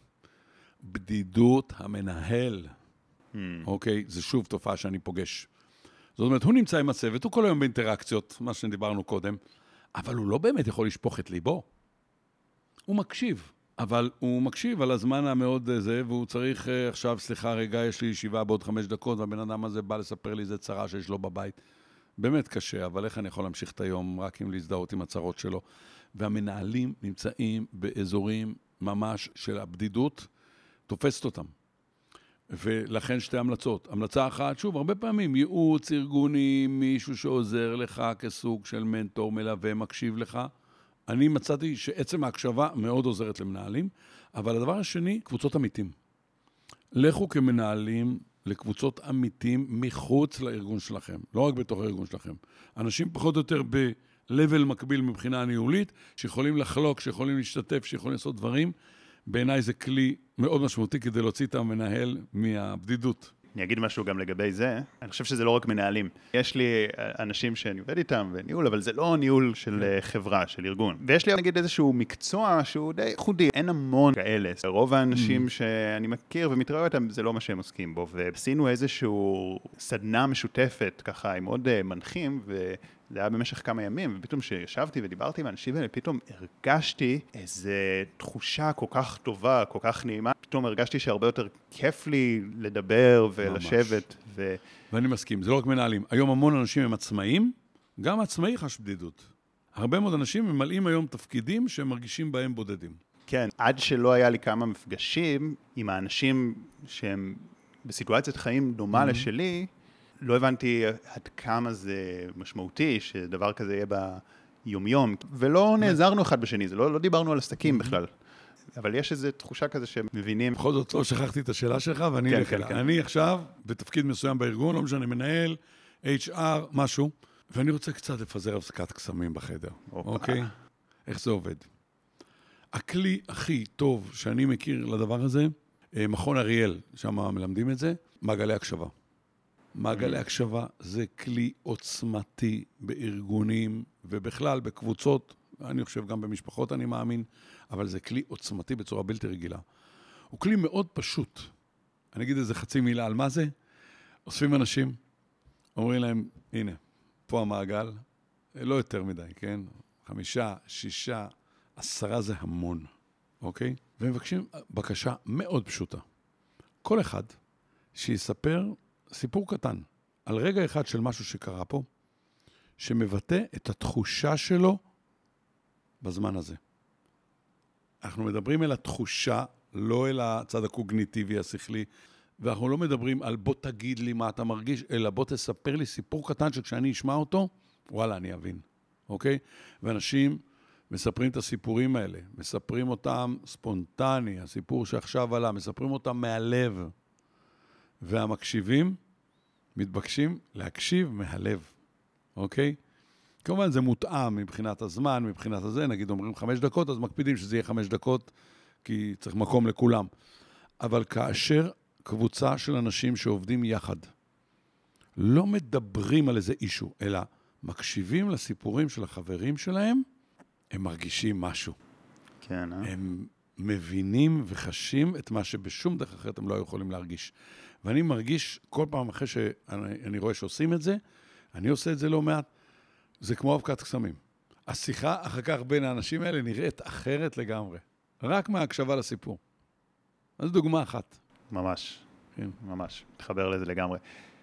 בדידות המנהל, אוקיי? זה שוב תופעה שאני פוגש. זאת אומרת, הוא נמצא עם הצוות, הוא כל היום באינטראקציות, מה שדיברנו קודם, אבל הוא לא באמת יכול לשפוך את ליבו. הוא מקשיב, אבל הוא מקשיב על הזמן המאוד זה, והוא צריך עכשיו, סליחה רגע, יש לי ישיבה בעוד חמש דקות, והבן אדם הזה בא לספר לי איזה צרה שיש לו בבית. באמת קשה, אבל איך אני יכול להמשיך את היום רק עם להזדהות עם הצרות שלו? והמנהלים נמצאים באזורים ממש של הבדידות, תופסת אותם. ולכן שתי המלצות. המלצה אחת, שוב, הרבה פעמים, ייעוץ, ארגוני, מישהו שעוזר לך כסוג של מנטור, מלווה, מקשיב לך, אני מצאתי שעצם ההקשבה מאוד עוזרת למנהלים, אבל הדבר השני, קבוצות עמיתים. לכו כמנהלים לקבוצות עמיתים מחוץ לארגון שלכם, לא רק בתוך הארגון שלכם. אנשים פחות או יותר ב-level מקביל מבחינה ניהולית, שיכולים לחלוק, שיכולים להשתתף, שיכולים לעשות דברים. בעיניי זה כלי מאוד משמעותי כדי להוציא את המנהל מהבדידות. אני אגיד משהו גם לגבי זה, אני חושב שזה לא רק מנהלים. יש לי אנשים שאני עובד איתם וניהול, אבל זה לא ניהול של חברה, של ארגון. ויש לי נגיד איזשהו מקצוע שהוא די ייחודי, אין המון כאלה. רוב האנשים שאני מכיר ומתראה אותם, זה לא מה שהם עוסקים בו. ועשינו איזשהו סדנה משותפת, ככה, עם עוד מנחים, ו... זה היה במשך כמה ימים, ופתאום שישבתי ודיברתי עם האנשים האלה, פתאום הרגשתי איזו תחושה כל כך טובה, כל כך נעימה. פתאום הרגשתי שהרבה יותר כיף לי לדבר ולשבת. ו... ואני מסכים, זה לא רק מנהלים. היום המון אנשים הם עצמאים, גם עצמאי חש בדידות. הרבה מאוד אנשים ממלאים היום תפקידים שהם מרגישים בהם בודדים. כן, עד שלא היה לי כמה מפגשים עם האנשים שהם בסיטואציית חיים דומה mm-hmm. לשלי, לא הבנתי עד כמה זה משמעותי, שדבר כזה יהיה ביומיום, ולא נעזרנו אחד בשני, זה לא, לא דיברנו על עסקים בכלל. אבל יש איזו תחושה כזה שמבינים. בכל זאת לא שכחתי את השאלה שלך, ואני כן, כן, כן, כן. אני עכשיו בתפקיד מסוים בארגון, לא משנה, מנהל, אייץ' אר, משהו, ואני רוצה קצת לפזר הפסקת קסמים בחדר. אופה. אוקיי? איך זה עובד? הכלי הכי טוב שאני מכיר לדבר הזה, מכון אריאל, שם מלמדים את זה, מעגלי הקשבה. מעגלי הקשבה זה כלי עוצמתי בארגונים ובכלל בקבוצות, אני חושב גם במשפחות אני מאמין, אבל זה כלי עוצמתי בצורה בלתי רגילה. הוא כלי מאוד פשוט. אני אגיד איזה חצי מילה על מה זה. אוספים אנשים, אומרים להם, הנה, פה המעגל, לא יותר מדי, כן? חמישה, שישה, עשרה זה המון, אוקיי? והם מבקשים בקשה מאוד פשוטה. כל אחד שיספר סיפור קטן, על רגע אחד של משהו שקרה פה, שמבטא את התחושה שלו בזמן הזה. אנחנו מדברים אל התחושה, לא אל הצד הקוגניטיבי השכלי, ואנחנו לא מדברים על בוא תגיד לי מה אתה מרגיש, אלא בוא תספר לי סיפור קטן שכשאני אשמע אותו, וואלה, אני אבין, אוקיי? ואנשים מספרים את הסיפורים האלה, מספרים אותם ספונטני, הסיפור שעכשיו עלה, מספרים אותם מהלב, והמקשיבים מתבקשים להקשיב מהלב, אוקיי? כמובן זה מותאם מבחינת הזמן, מבחינת הזה, נגיד אומרים חמש דקות, אז מקפידים שזה יהיה חמש דקות, כי צריך מקום לכולם. אבל כאשר קבוצה של אנשים שעובדים יחד, לא מדברים על איזה אישו, אלא מקשיבים לסיפורים של החברים שלהם, הם מרגישים משהו. כן, אה? הם מבינים וחשים את מה שבשום דרך אחרת הם לא יכולים להרגיש. ואני מרגיש כל פעם אחרי שאני רואה שעושים את זה, אני עושה את זה לא מעט, זה כמו אבקת קסמים. השיחה אחר כך בין האנשים האלה נראית אחרת לגמרי. רק מההקשבה לסיפור. אז דוגמה אחת. ממש, כן. ממש. מתחבר לזה לגמרי.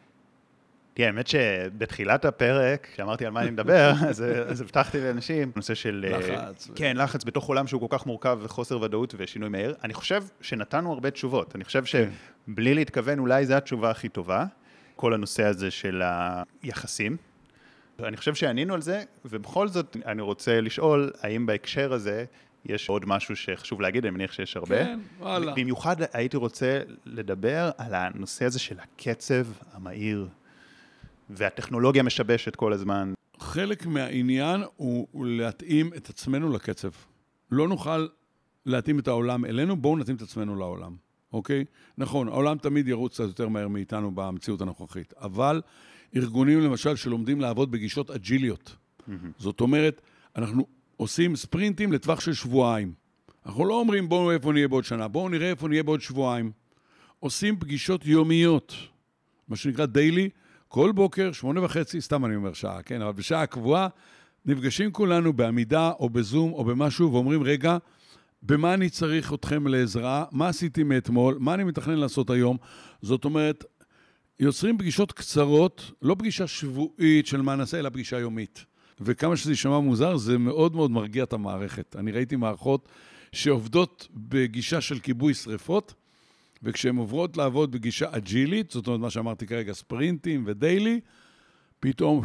תראה, האמת שבתחילת הפרק, כשאמרתי על מה אני מדבר, אז, אז הבטחתי לאנשים, נושא של... לחץ. כן, לחץ בתוך עולם שהוא כל כך מורכב וחוסר ודאות ושינוי מהיר. אני חושב שנתנו הרבה תשובות. אני חושב שבלי להתכוון, אולי זו התשובה הכי טובה. כל הנושא הזה של היחסים. אני חושב שענינו על זה, ובכל זאת אני רוצה לשאול, האם בהקשר הזה יש עוד משהו שחשוב להגיד, אני מניח שיש הרבה. כן, וואלה. במיוחד הייתי רוצה לדבר על הנושא הזה של הקצב המהיר, והטכנולוגיה משבשת כל הזמן. חלק מהעניין הוא, הוא להתאים את עצמנו לקצב. לא נוכל להתאים את העולם אלינו, בואו נתאים את עצמנו לעולם, אוקיי? נכון, העולם תמיד ירוץ קצת יותר מהר מאיתנו במציאות הנוכחית, אבל ארגונים למשל שלומדים לעבוד בגישות אג'יליות. Mm-hmm. זאת אומרת, אנחנו עושים ספרינטים לטווח של שבועיים. אנחנו לא אומרים בואו איפה נהיה בעוד שנה, בואו נראה איפה נהיה בעוד שבועיים. עושים פגישות יומיות, מה שנקרא דיילי, כל בוקר, שמונה וחצי, סתם אני אומר שעה, כן, אבל בשעה קבועה, נפגשים כולנו בעמידה או בזום או במשהו, ואומרים, רגע, במה אני צריך אתכם לעזרה? מה עשיתי מאתמול? מה אני מתכנן לעשות היום? זאת אומרת, יוצרים פגישות קצרות, לא פגישה שבועית של מה נעשה, אלא פגישה יומית. וכמה שזה יישמע מוזר, זה מאוד מאוד מרגיע את המערכת. אני ראיתי מערכות שעובדות בגישה של כיבוי שריפות, וכשהן עוברות לעבוד בגישה אג'ילית, זאת אומרת מה שאמרתי כרגע, ספרינטים ודיילי, פתאום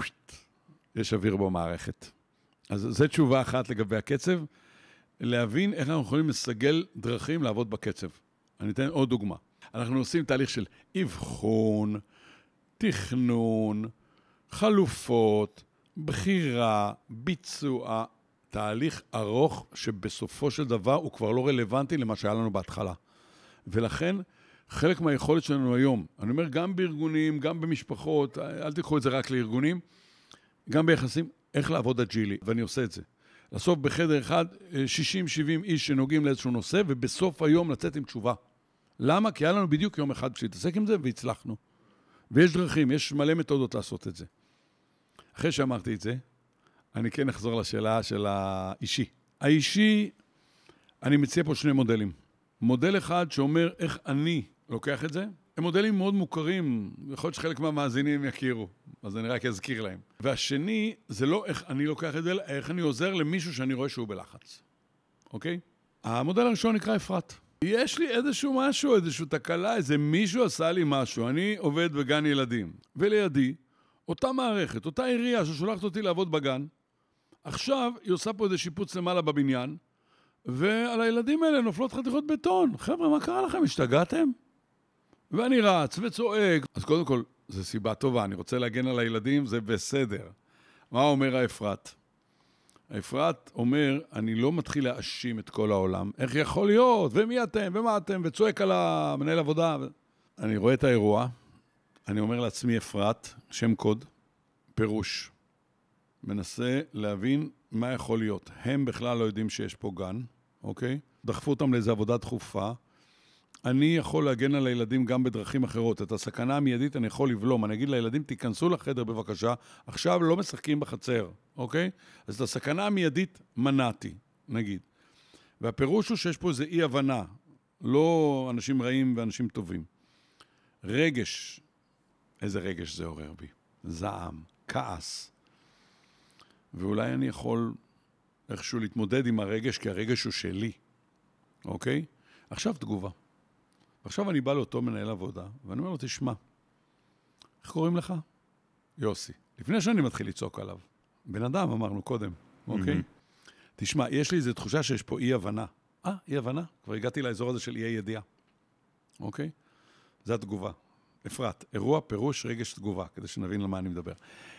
יש אוויר במערכת. אז זו תשובה אחת לגבי הקצב, להבין איך אנחנו יכולים לסגל דרכים לעבוד בקצב. אני אתן עוד דוגמה. אנחנו עושים תהליך של אבחון, תכנון, חלופות, בחירה, ביצוע, תהליך ארוך שבסופו של דבר הוא כבר לא רלוונטי למה שהיה לנו בהתחלה. ולכן חלק מהיכולת שלנו היום, אני אומר גם בארגונים, גם במשפחות, אל תיקחו את זה רק לארגונים, גם ביחסים, איך לעבוד אג'ילי, ואני עושה את זה. לסוף בחדר אחד, שישים שבעים איש שנוגעים לאיזשהו נושא, ובסוף היום לצאת עם תשובה. למה? כי היה לנו בדיוק יום אחד שהתעסק עם זה, והצלחנו. ויש דרכים, יש מלא מתודות לעשות את זה. אחרי שאמרתי את זה, אני כן אחזור לשאלה של האישי. האישי, אני מציע פה שני מודלים. מודל אחד שאומר איך אני לוקח את זה, הם מודלים מאוד מוכרים, יכול להיות שחלק מהמאזינים יכירו, אז אני רק אזכיר להם. והשני, זה לא איך אני לוקח את זה, אלא איך אני עוזר למישהו שאני רואה שהוא בלחץ. אוקיי? המודל הראשון נקרא אפרת. יש לי איזשהו משהו, איזשהו תקלה, איזה מישהו עשה לי משהו, אני עובד בגן ילדים, ולידי, אותה מערכת, אותה עירייה ששולחת אותי לעבוד בגן, עכשיו היא עושה פה איזה שיפוץ למעלה בבניין, ועל הילדים האלה נופלות חתיכות בטון. חבר'ה, מה קרה לכם? השתגעתם? ואני רץ וצועק. אז קודם כל, זו סיבה טובה, אני רוצה להגן על הילדים, זה בסדר. מה אומר האפרת? האפרת אומר, אני לא מתחיל להאשים את כל העולם. איך יכול להיות? ומי אתם? ומה אתם? וצועק על המנהל עבודה. אני רואה את האירוע, אני אומר לעצמי אפרת, שם קוד, פירוש. מנסה להבין מה יכול להיות. הם בכלל לא יודעים שיש פה גן, אוקיי? דחפו אותם לאיזו עבודה דחופה. אני יכול להגן על הילדים גם בדרכים אחרות. את הסכנה המיידית אני יכול לבלום. אני אגיד לילדים, תיכנסו לחדר בבקשה, עכשיו לא משחקים בחצר, אוקיי? אז את הסכנה המיידית מנעתי, נגיד. והפירוש הוא שיש פה איזו אי-הבנה, לא אנשים רעים ואנשים טובים. רגש, איזה רגש זה עורר בי? זעם, כעס. ואולי אני יכול איכשהו להתמודד עם הרגש, כי הרגש הוא שלי. אוקיי? עכשיו תגובה. עכשיו אני בא לאותו מנהל עבודה, ואני אומר לו, תשמע, איך קוראים לך? יוסי. לפני שאני מתחיל לצעוק עליו, בן אדם אמרנו קודם, אוקיי? Mm-hmm. תשמע, יש לי איזו תחושה שיש פה אי-הבנה. אה, אי-הבנה? כבר הגעתי לאזור הזה של אי-ידיעה. אוקיי? זו התגובה. אפרת, אירוע, פירוש, רגש, תגובה, כדי שנבין למה אני מדבר.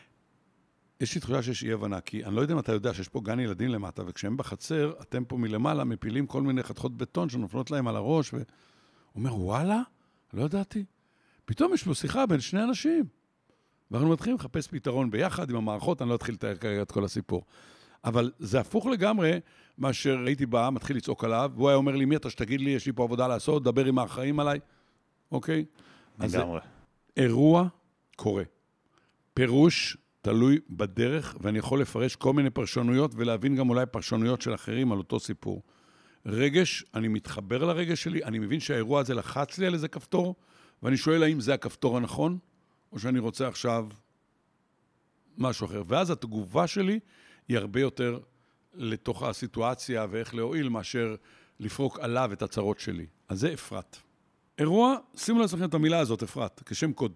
יש לי תחושה שיש אי-הבנה, כי אני לא יודע אם אתה יודע שיש פה גן ילדים למטה, וכשהם בחצר, אתם פה מלמעלה מפילים כל מיני חתכות בטון שנופלות להם על הראש, והוא אומר, וואלה, לא ידעתי. פתאום יש פה שיחה בין שני אנשים. ואנחנו מתחילים לחפש פתרון ביחד עם המערכות, אני לא אתחיל לתאר כרגע את כל הסיפור. אבל זה הפוך לגמרי, מה שראיתי בא, מתחיל לצעוק עליו, והוא היה אומר לי, מי אתה שתגיד לי, יש לי פה עבודה לעשות, דבר עם האחראים עליי, אוקיי? לגמרי. אירוע קורה. פירוש תלוי בדרך, ואני יכול לפרש כל מיני פרשנויות, ולהבין גם אולי פרשנויות של אחרים על אותו סיפור. רגש, אני מתחבר לרגש שלי, אני מבין שהאירוע הזה לחץ לי על איזה כפתור, ואני שואל האם זה הכפתור הנכון, או שאני רוצה עכשיו משהו אחר. ואז התגובה שלי היא הרבה יותר לתוך הסיטואציה ואיך להועיל, מאשר לפרוק עליו את הצרות שלי. אז זה אפרת. אירוע, שימו לעצמכם את המילה הזאת, אפרת, כשם קוד.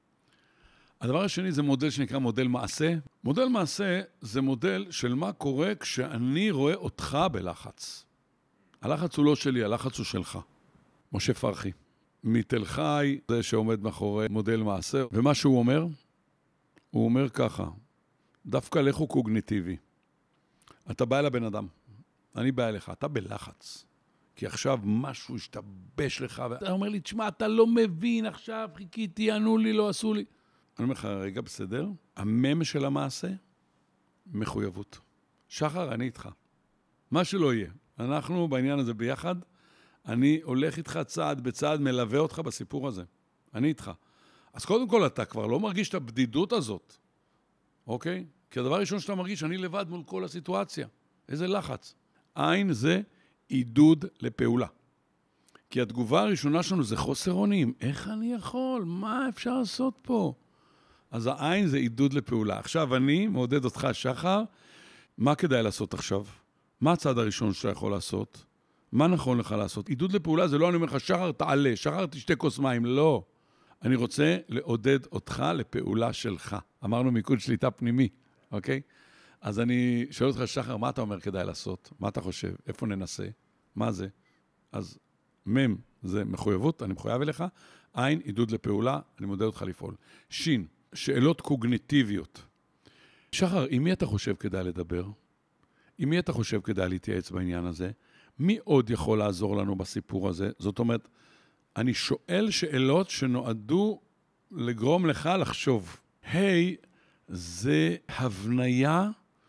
הדבר השני זה מודל שנקרא מודל מעשה. מודל מעשה זה מודל של מה קורה כשאני רואה אותך בלחץ. הלחץ הוא לא שלי, הלחץ הוא שלך. משה פרחי. מתל חי, זה שעומד מאחורי מודל מעשה. ומה שהוא אומר, הוא אומר ככה, דווקא לכו קוגניטיבי. אתה בא אל הבן אדם, אני בא אליך, אתה בלחץ. כי עכשיו משהו השתבש לך, ואתה אומר לי, תשמע, אתה לא מבין עכשיו, חיכיתי, ענו לי, לא עשו לי. אני אומר לך, רגע, בסדר? המם של המעשה, מחויבות. שחר, אני איתך. מה שלא יהיה. אנחנו בעניין הזה ביחד, אני הולך איתך צעד בצעד, מלווה אותך בסיפור הזה. אני איתך. אז קודם כל, אתה כבר לא מרגיש את הבדידות הזאת, אוקיי? כי הדבר הראשון שאתה מרגיש, אני לבד מול כל הסיטואציה. איזה לחץ. עין זה עידוד לפעולה. כי התגובה הראשונה שלנו זה חוסר אונים. איך אני יכול? מה אפשר לעשות פה? אז העין זה עידוד לפעולה. עכשיו אני מעודד אותך, שחר, מה כדאי לעשות עכשיו? מה הצעד הראשון שאתה יכול לעשות? מה נכון לך לעשות? עידוד לפעולה זה לא אני אומר לך, שחר תעלה, שחר תשתה כוס מים, לא. אני רוצה לעודד אותך לפעולה שלך. אמרנו מיקוד שליטה פנימי, אוקיי? אז אני שואל אותך, שחר, מה אתה אומר כדאי לעשות? מה אתה חושב? איפה ננסה? מה זה? אז מם זה מחויבות, אני מחויב אליך. עין, עידוד לפעולה, אני מודד אותך לפעול. שין, שאלות קוגניטיביות. שחר, עם מי אתה חושב כדאי לדבר? עם מי אתה חושב כדאי להתייעץ בעניין הזה? מי עוד יכול לעזור לנו בסיפור הזה? זאת אומרת, אני שואל שאלות שנועדו לגרום לך לחשוב. היי, זה הבניה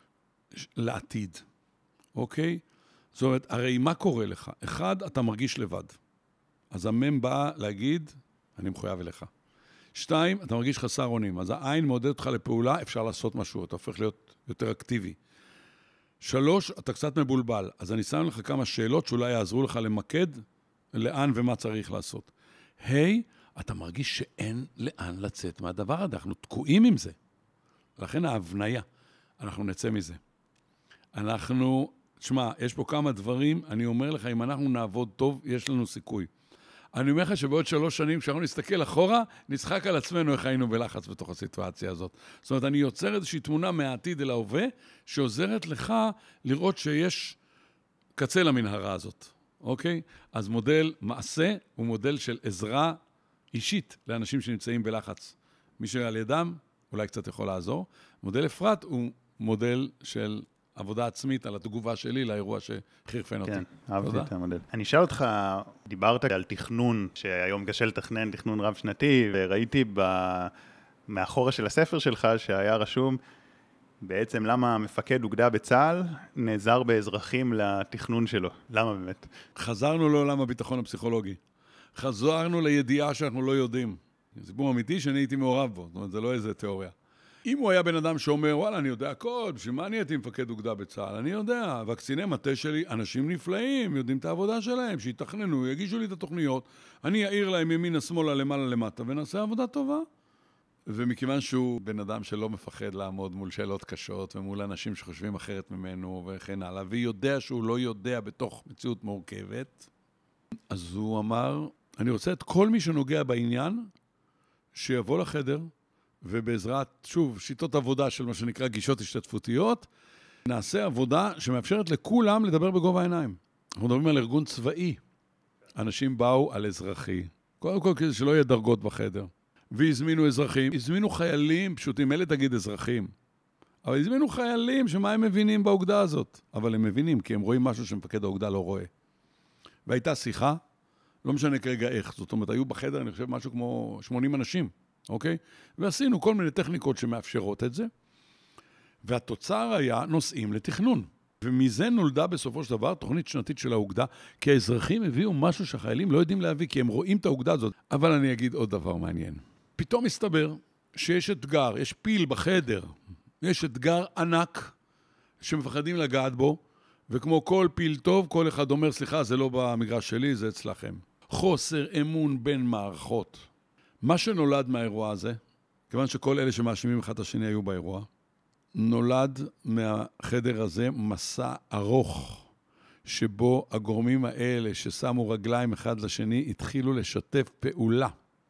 לעתיד, אוקיי? זאת אומרת, הרי מה קורה לך? אחד, אתה מרגיש לבד. אז המם בא להגיד, אני מחויב אליך. שתיים, אתה מרגיש חסר אונים. אז העין מעודד אותך לפעולה, אפשר לעשות משהו, אתה הופך להיות יותר אקטיבי. שלוש, אתה קצת מבולבל. אז אני שם לך כמה שאלות שאולי יעזרו לך למקד לאן ומה צריך לעשות. היי, אתה מרגיש שאין לאן לצאת מהדבר הזה. אנחנו תקועים עם זה. לכן ההבניה, אנחנו נצא מזה. אנחנו, תשמע, יש פה כמה דברים, אני אומר לך, אם אנחנו נעבוד טוב, יש לנו סיכוי. אני אומר לך שבעוד שלוש שנים, כשאנחנו נסתכל אחורה, נצחק על עצמנו איך היינו בלחץ בתוך הסיטואציה הזאת. זאת אומרת, אני יוצר איזושהי תמונה מהעתיד אל ההווה, שעוזרת לך לראות שיש קצה למנהרה הזאת. אוקיי? אז מודל מעשה הוא מודל של עזרה אישית לאנשים שנמצאים בלחץ. מי שעל ידם אולי קצת יכול לעזור. מודל אפרת הוא מודל של עבודה עצמית על התגובה שלי לאירוע שחירפן אותי. כן, אהבתי את המודל. אני אשאל אותך, דיברת על תכנון, שהיום קשה לתכנן תכנון רב שנתי, וראיתי מאחורה של הספר שלך שהיה רשום, בעצם למה מפקד אוגדה בצה"ל נעזר באזרחים לתכנון שלו. למה באמת? חזרנו לעולם הביטחון הפסיכולוגי. חזרנו לידיעה שאנחנו לא יודעים. זה סיפור אמיתי שאני הייתי מעורב בו, זאת אומרת, זה לא איזה תיאוריה. אם הוא היה בן אדם שאומר, וואלה, אני יודע הכל, בשביל מה אני הייתי מפקד אוגדה בצה"ל? אני יודע, והקציני מטה שלי, אנשים נפלאים, יודעים את העבודה שלהם, שיתכננו, יגישו לי את התוכניות, אני אעיר להם ימינה, שמאלה, למעלה, למטה, ונעשה עבודה טובה. ומכיוון שהוא בן אדם שלא מפחד לעמוד מול שאלות קשות, ומול אנשים שחושבים אחרת ממנו וכן הלאה, ויודע שהוא לא יודע בתוך מציאות מורכבת, אז הוא אמר, אני רוצה את כל מי שנוגע בעניין, שיבוא לחדר, ובעזרת, שוב, שיטות עבודה של מה שנקרא גישות השתתפותיות, נעשה עבודה שמאפשרת לכולם לדבר בגובה העיניים. אנחנו מדברים על ארגון צבאי. אנשים באו על אזרחי. קודם כל, כדי שלא יהיה דרגות בחדר. והזמינו אזרחים, הזמינו חיילים פשוטים, אלה תגיד אזרחים. אבל הזמינו חיילים שמה הם מבינים באוגדה הזאת. אבל הם מבינים, כי הם רואים משהו שמפקד האוגדה לא רואה. והייתה שיחה, לא משנה כרגע איך. זאת אומרת, היו בחדר, אני חושב, משהו כמו שמונים אנשים, אוקיי? ועשינו כל מיני טכניקות שמאפשרות את זה. והתוצר היה נושאים לתכנון. ומזה נולדה בסופו של דבר תוכנית שנתית של האוגדה, כי האזרחים הביאו משהו שהחיילים לא יודעים להביא, כי הם רואים את האוגדה הזאת. אבל אני אגיד עוד דבר מעניין. פתאום מסתבר שיש אתגר, יש פיל בחדר, יש אתגר ענק שמפחדים לגעת בו, וכמו כל פיל טוב, כל אחד אומר, סליחה, זה לא במגרש שלי, זה אצלכם. חוסר אמון בין מערכות. מה שנולד מהאירוע הזה, כיוון שכל אלה שמאשימים אחד את השני היו באירוע, נולד מהחדר הזה מסע ארוך, שבו הגורמים האלה ששמו רגליים אחד לשני, התחילו לשתף פעולה,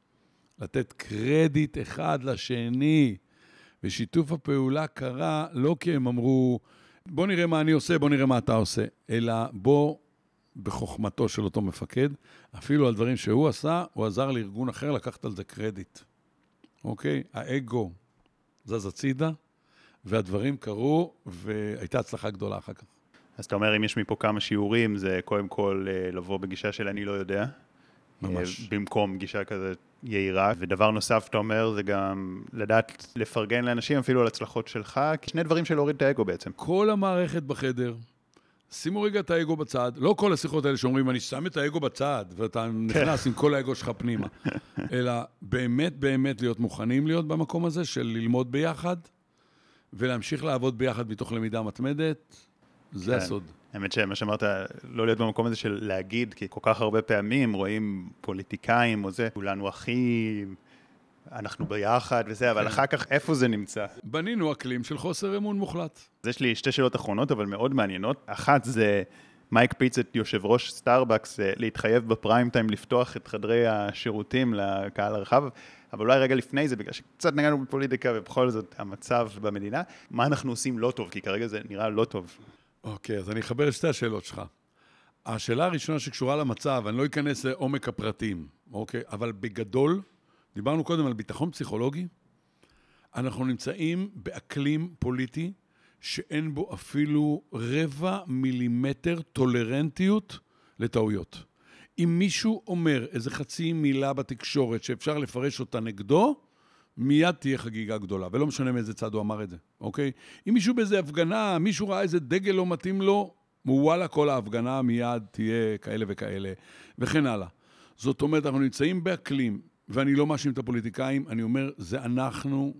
לתת קרדיט אחד לשני, ושיתוף הפעולה קרה לא כי הם אמרו, בוא נראה מה אני עושה, בוא נראה מה אתה עושה, אלא בוא בחוכמתו של אותו מפקד, אפילו על דברים שהוא עשה, הוא עזר לארגון אחר לקחת על זה קרדיט. אוקיי? האגו זז הצידה, והדברים קרו, והייתה הצלחה גדולה אחר כך. אז אתה אומר, אם יש מפה כמה שיעורים, זה קודם כל לבוא בגישה של אני לא יודע. ממש. במקום גישה כזה יעירה. ודבר נוסף, אתה אומר, זה גם לדעת לפרגן לאנשים אפילו על הצלחות שלך, כי שני דברים של להוריד את האגו בעצם. כל המערכת בחדר, שימו רגע את האגו בצד, לא כל השיחות האלה שאומרים, אני שם את האגו בצד, ואתה נכנס עם כל האגו שלך פנימה, אלא באמת באמת להיות מוכנים להיות במקום הזה של ללמוד ביחד, ולהמשיך לעבוד ביחד מתוך למידה מתמדת, זה הסוד. האמת שמה שאמרת, לא להיות במקום הזה של להגיד, כי כל כך הרבה פעמים רואים פוליטיקאים או זה, כולנו אחים, אנחנו ביחד וזה, אבל אחר כך איפה זה נמצא? בנינו אקלים של חוסר אמון מוחלט. אז יש לי שתי שאלות אחרונות, אבל מאוד מעניינות. אחת זה מייק פיצט, יושב ראש סטארבקס, להתחייב בפריים טיים לפתוח את חדרי השירותים לקהל הרחב, אבל אולי רגע לפני זה, בגלל שקצת נגענו בפוליטיקה ובכל זאת המצב במדינה, מה אנחנו עושים לא טוב? כי כרגע זה נראה לא טוב. אוקיי, אז אני אחבר את שתי השאלות שלך. השאלה הראשונה שקשורה למצב, אני לא אכנס לעומק הפרטים, אוקיי? אבל בגדול, דיברנו קודם על ביטחון פסיכולוגי, אנחנו נמצאים באקלים פוליטי שאין בו אפילו רבע מילימטר טולרנטיות לטעויות. אם מישהו אומר איזה חצי מילה בתקשורת שאפשר לפרש אותה נגדו, מיד תהיה חגיגה גדולה, ולא משנה מאיזה צד הוא אמר את זה, אוקיי? אם מישהו באיזה הפגנה, מישהו ראה איזה דגל לא מתאים לו, וואלה, כל ההפגנה מיד תהיה כאלה וכאלה, וכן הלאה. זאת אומרת, אנחנו נמצאים באקלים, ואני לא מאשים את הפוליטיקאים, אני אומר, זה אנחנו,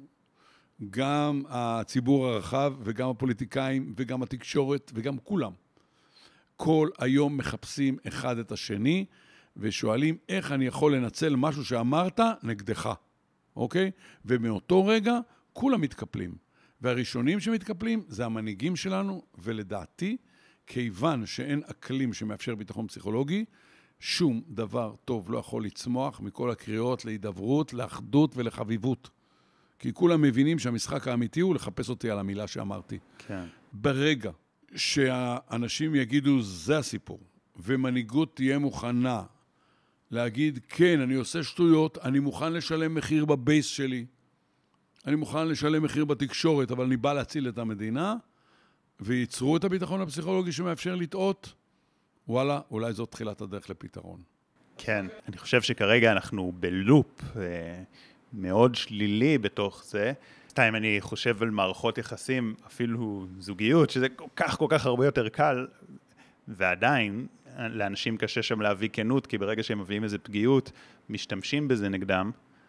גם הציבור הרחב, וגם הפוליטיקאים, וגם התקשורת, וגם כולם. כל היום מחפשים אחד את השני, ושואלים איך אני יכול לנצל משהו שאמרת נגדך. אוקיי? ומאותו רגע כולם מתקפלים. והראשונים שמתקפלים זה המנהיגים שלנו, ולדעתי, כיוון שאין אקלים שמאפשר ביטחון פסיכולוגי, שום דבר טוב לא יכול לצמוח מכל הקריאות להידברות, לאחדות ולחביבות. כי כולם מבינים שהמשחק האמיתי הוא לחפש אותי על המילה שאמרתי. כן. ברגע שהאנשים יגידו, זה הסיפור, ומנהיגות תהיה מוכנה להגיד, כן, אני עושה שטויות, אני מוכן לשלם מחיר בבייס שלי, אני מוכן לשלם מחיר בתקשורת, אבל אני בא להציל את המדינה, וייצרו את הביטחון הפסיכולוגי שמאפשר לטעות, וואלה, אולי זאת תחילת הדרך לפתרון. כן, אני חושב שכרגע אנחנו בלופ אה, מאוד שלילי בתוך זה. סתם אני חושב על מערכות יחסים, אפילו זוגיות, שזה כל כך כל כך הרבה יותר קל, ועדיין לאנשים קשה שם להביא כנות, כי ברגע שהם מביאים איזו פגיעות, משתמשים בזה נגדם,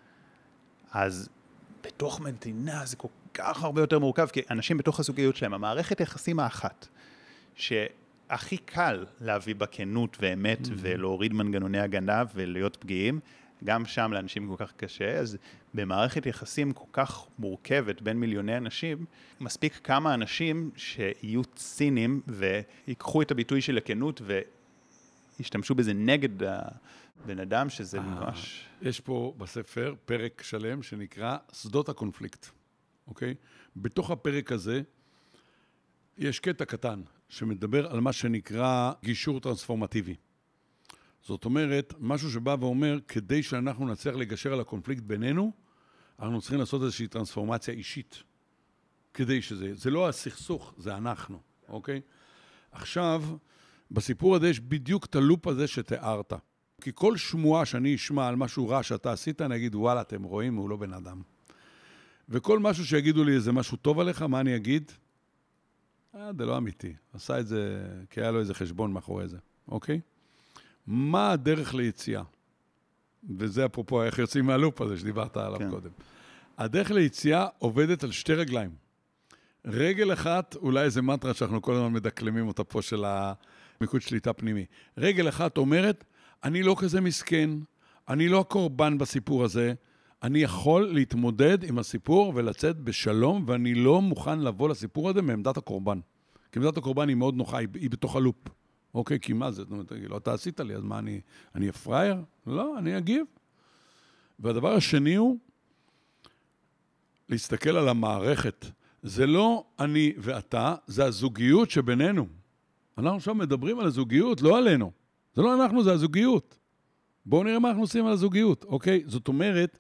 אז בתוך מדינה זה כל כך הרבה יותר מורכב, כי אנשים בתוך הזוגיות שלהם, המערכת יחסים האחת, שהכי קל להביא בכנות ואמת, mm-hmm. ולהוריד מנגנוני הגנה ולהיות פגיעים, גם שם לאנשים כל כך קשה, אז במערכת יחסים כל כך מורכבת בין מיליוני אנשים, מספיק כמה אנשים שיהיו צינים ויקחו את הביטוי של הכנות וישתמשו בזה נגד הבן אדם, שזה ממש... יש פה בספר פרק שלם שנקרא שדות הקונפליקט, אוקיי? בתוך הפרק הזה יש קטע קטן שמדבר על מה שנקרא גישור טרנספורמטיבי. זאת אומרת, משהו שבא ואומר, כדי שאנחנו נצליח לגשר על הקונפליקט בינינו, אנחנו צריכים לעשות איזושהי טרנספורמציה אישית. כדי שזה, זה לא הסכסוך, זה אנחנו, אוקיי? עכשיו, בסיפור הזה יש בדיוק את הלופ הזה שתיארת. כי כל שמועה שאני אשמע על משהו רע שאתה עשית, אני אגיד, וואלה, אתם רואים, הוא לא בן אדם. וכל משהו שיגידו לי, זה משהו טוב עליך, מה אני אגיד? אה, זה לא אמיתי. עשה את זה, כי היה לו איזה חשבון מאחורי זה, אוקיי? מה הדרך ליציאה? וזה אפרופו איך יוצאים מהלופ הזה שדיברת עליו כן. קודם. הדרך ליציאה עובדת על שתי רגליים. רגל אחת, אולי איזה מנטרה שאנחנו כל הזמן מדקלמים אותה פה של המיקוד שליטה פנימי. רגל אחת אומרת, אני לא כזה מסכן, אני לא הקורבן בסיפור הזה, אני יכול להתמודד עם הסיפור ולצאת בשלום, ואני לא מוכן לבוא לסיפור הזה מעמדת הקורבן. כי עמדת הקורבן היא מאוד נוחה, היא, היא בתוך הלופ. אוקיי, כי מה זה? זאת אומרת, לא, אתה עשית לי, אז מה, אני, אני אפרייר? לא, אני אגיב. והדבר השני הוא, להסתכל על המערכת. זה לא אני ואתה, זה הזוגיות שבינינו. אנחנו עכשיו מדברים על הזוגיות, לא עלינו. זה לא אנחנו, זה הזוגיות. בואו נראה מה אנחנו עושים על הזוגיות, אוקיי? זאת אומרת,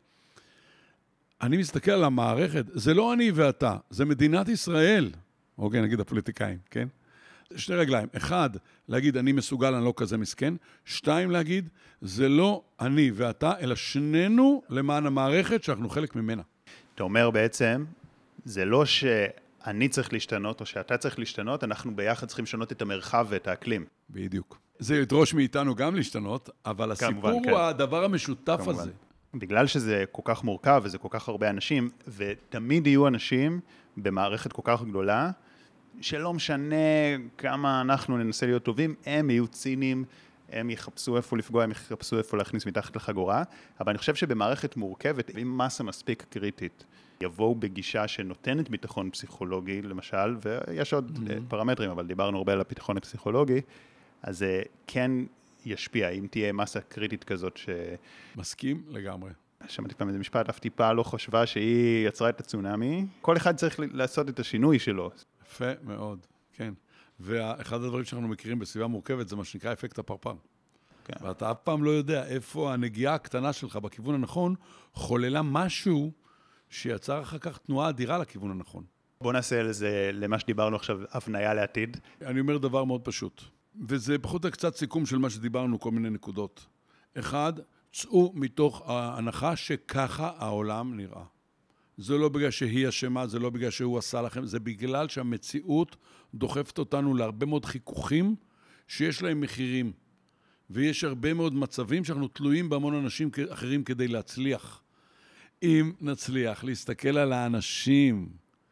אני מסתכל על המערכת, זה לא אני ואתה, זה מדינת ישראל. אוקיי, נגיד הפוליטיקאים, כן? שתי רגליים. אחד, להגיד, אני מסוגל, אני לא כזה מסכן. שתיים, להגיד, זה לא אני ואתה, אלא שנינו למען המערכת שאנחנו חלק ממנה. אתה אומר בעצם, זה לא שאני צריך להשתנות או שאתה צריך להשתנות, אנחנו ביחד צריכים לשנות את המרחב ואת האקלים. בדיוק. זה ידרוש מאיתנו גם להשתנות, אבל הסיפור כמובן, הוא כן. הדבר המשותף כמובן. הזה. בגלל שזה כל כך מורכב וזה כל כך הרבה אנשים, ותמיד יהיו אנשים במערכת כל כך גדולה, שלא משנה כמה אנחנו ננסה להיות טובים, הם יהיו ציניים, הם יחפשו איפה לפגוע, הם יחפשו איפה להכניס מתחת לחגורה, אבל אני חושב שבמערכת מורכבת, עם מסה מספיק קריטית, יבואו בגישה שנותנת ביטחון פסיכולוגי, למשל, ויש עוד mm-hmm. פרמטרים, אבל דיברנו הרבה על הביטחון הפסיכולוגי, אז זה כן ישפיע, אם תהיה מסה קריטית כזאת ש... מסכים לגמרי. שמעתי פעם איזה משפט, אף טיפה לא חושבה שהיא יצרה את הצונאמי. כל אחד צריך לעשות את השינוי שלו. יפה מאוד, כן. ואחד הדברים שאנחנו מכירים בסביבה מורכבת, זה מה שנקרא אפקט הפרפר. כן. ואתה אף פעם לא יודע איפה הנגיעה הקטנה שלך בכיוון הנכון, חוללה משהו שיצר אחר כך תנועה אדירה לכיוון הנכון. בוא נעשה לזה, למה שדיברנו עכשיו, הבניה לעתיד. אני אומר דבר מאוד פשוט, וזה פחות קצת סיכום של מה שדיברנו, כל מיני נקודות. אחד, צאו מתוך ההנחה שככה העולם נראה. זה לא בגלל שהיא אשמה, זה לא בגלל שהוא עשה לכם, זה בגלל שהמציאות דוחפת אותנו להרבה מאוד חיכוכים שיש להם מחירים. ויש הרבה מאוד מצבים שאנחנו תלויים בהמון אנשים אחרים כדי להצליח. אם נצליח להסתכל על האנשים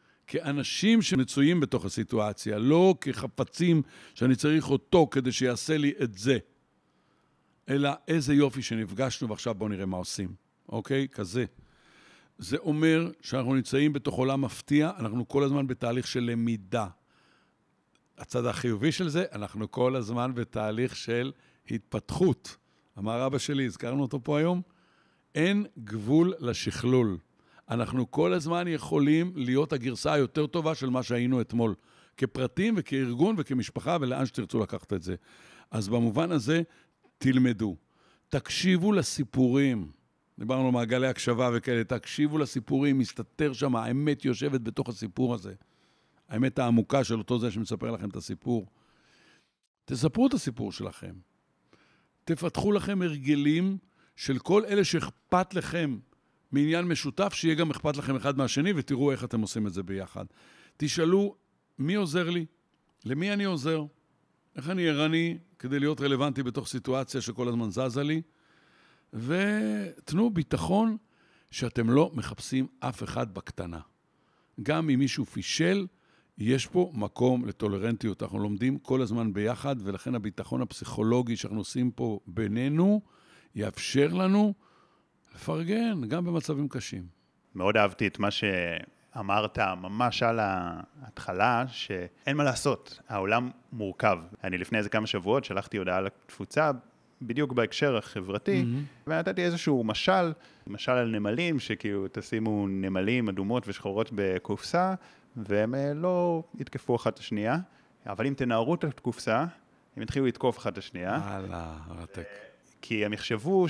כאנשים שמצויים בתוך הסיטואציה, לא כחפצים שאני צריך אותו כדי שיעשה לי את זה, אלא איזה יופי שנפגשנו ועכשיו בואו נראה מה עושים. אוקיי? כזה. זה אומר שאנחנו נמצאים בתוך עולם מפתיע, אנחנו כל הזמן בתהליך של למידה. הצד החיובי של זה, אנחנו כל הזמן בתהליך של התפתחות. אמר אבא שלי, הזכרנו אותו פה היום, אין גבול לשכלול. אנחנו כל הזמן יכולים להיות הגרסה היותר טובה של מה שהיינו אתמול, כפרטים וכארגון וכמשפחה ולאן שתרצו לקחת את זה. אז במובן הזה, תלמדו. תקשיבו לסיפורים. דיברנו מעגלי הקשבה וכאלה, תקשיבו לסיפורים, מסתתר שם, האמת יושבת בתוך הסיפור הזה. האמת העמוקה של אותו זה שמספר לכם את הסיפור. תספרו את הסיפור שלכם. תפתחו לכם הרגלים של כל אלה שאכפת לכם מעניין משותף, שיהיה גם אכפת לכם אחד מהשני, ותראו איך אתם עושים את זה ביחד. תשאלו, מי עוזר לי? למי אני עוזר? איך אני ערני כדי להיות רלוונטי בתוך סיטואציה שכל הזמן זזה לי? ותנו ביטחון שאתם לא מחפשים אף אחד בקטנה. גם אם מישהו פישל, יש פה מקום לטולרנטיות. אנחנו לומדים כל הזמן ביחד, ולכן הביטחון הפסיכולוגי שאנחנו עושים פה בינינו, יאפשר לנו לפרגן, גם במצבים קשים. מאוד אהבתי את מה שאמרת ממש על ההתחלה, שאין מה לעשות, העולם מורכב. אני לפני איזה כמה שבועות שלחתי הודעה לתפוצה, בדיוק בהקשר החברתי, mm-hmm. ונתתי איזשהו משל, משל על נמלים, שכאילו תשימו נמלים אדומות ושחורות בקופסה, והם לא יתקפו אחת השנייה, אבל אם תנערו את הקופסה, הם יתחילו לתקוף אחת השנייה. הלאה, רתק. כי הם יחשבו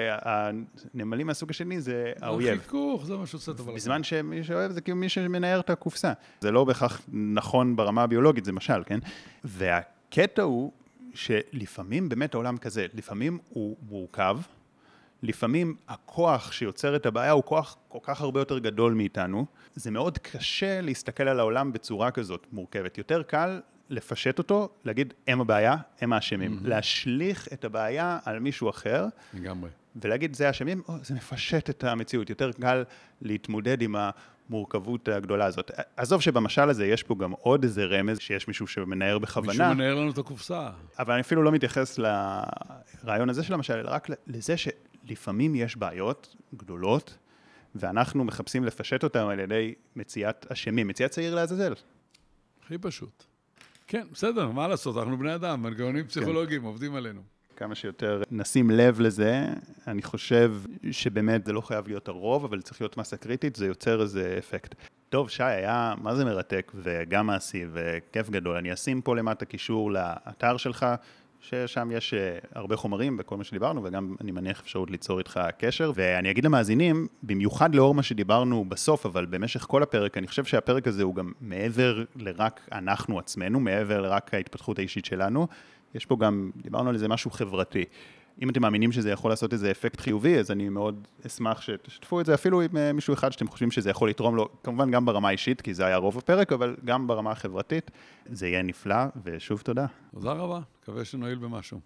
שהנמלים מהסוג השני זה האויב. חיכוך, זה מה שעושה טוב. בזמן שמי שאוהב זה כאילו מי שמנער את הקופסה. זה לא בהכרח נכון ברמה הביולוגית, זה משל, כן? והקטע הוא שלפעמים באמת העולם כזה, לפעמים הוא מורכב, לפעמים הכוח שיוצר את הבעיה הוא כוח כל כך הרבה יותר גדול מאיתנו. זה מאוד קשה להסתכל על העולם בצורה כזאת מורכבת. יותר קל לפשט אותו, להגיד, הם הבעיה, הם האשמים. Mm-hmm. להשליך את הבעיה על מישהו אחר. לגמרי. ולהגיד, זה האשמים, או, זה מפשט את המציאות. יותר קל להתמודד עם המורכבות הגדולה הזאת. עזוב שבמשל הזה יש פה גם עוד איזה רמז, שיש מישהו שמנער בכוונה. מישהו מנער לנו את הקופסה. אבל אני אפילו לא מתייחס לרעיון הזה של המשל, אלא רק לזה שלפעמים יש בעיות גדולות, ואנחנו מחפשים לפשט אותם על ידי מציאת אשמים, מציאת שעיר לעזאזל. הכי פשוט. כן, בסדר, מה לעשות? אנחנו בני אדם, מנגנונים פסיכולוגיים, כן. עובדים עלינו. כמה שיותר נשים לב לזה, אני חושב שבאמת זה לא חייב להיות הרוב, אבל צריך להיות מסה קריטית, זה יוצר איזה אפקט. טוב, שי, היה מה זה מרתק וגם מעשי וכיף גדול. אני אשים פה למטה קישור לאתר שלך, ששם יש הרבה חומרים בכל מה שדיברנו, וגם אני מניח אפשרות ליצור איתך קשר. ואני אגיד למאזינים, במיוחד לאור מה שדיברנו בסוף, אבל במשך כל הפרק, אני חושב שהפרק הזה הוא גם מעבר לרק אנחנו עצמנו, מעבר לרק ההתפתחות האישית שלנו. יש פה גם, דיברנו על זה משהו חברתי. אם אתם מאמינים שזה יכול לעשות איזה אפקט חיובי, אז אני מאוד אשמח שתשתפו את זה, אפילו עם מישהו אחד שאתם חושבים שזה יכול לתרום לו, כמובן גם ברמה האישית, כי זה היה רוב הפרק, אבל גם ברמה החברתית, זה יהיה נפלא, ושוב תודה. תודה רבה, מקווה שנועיל במשהו.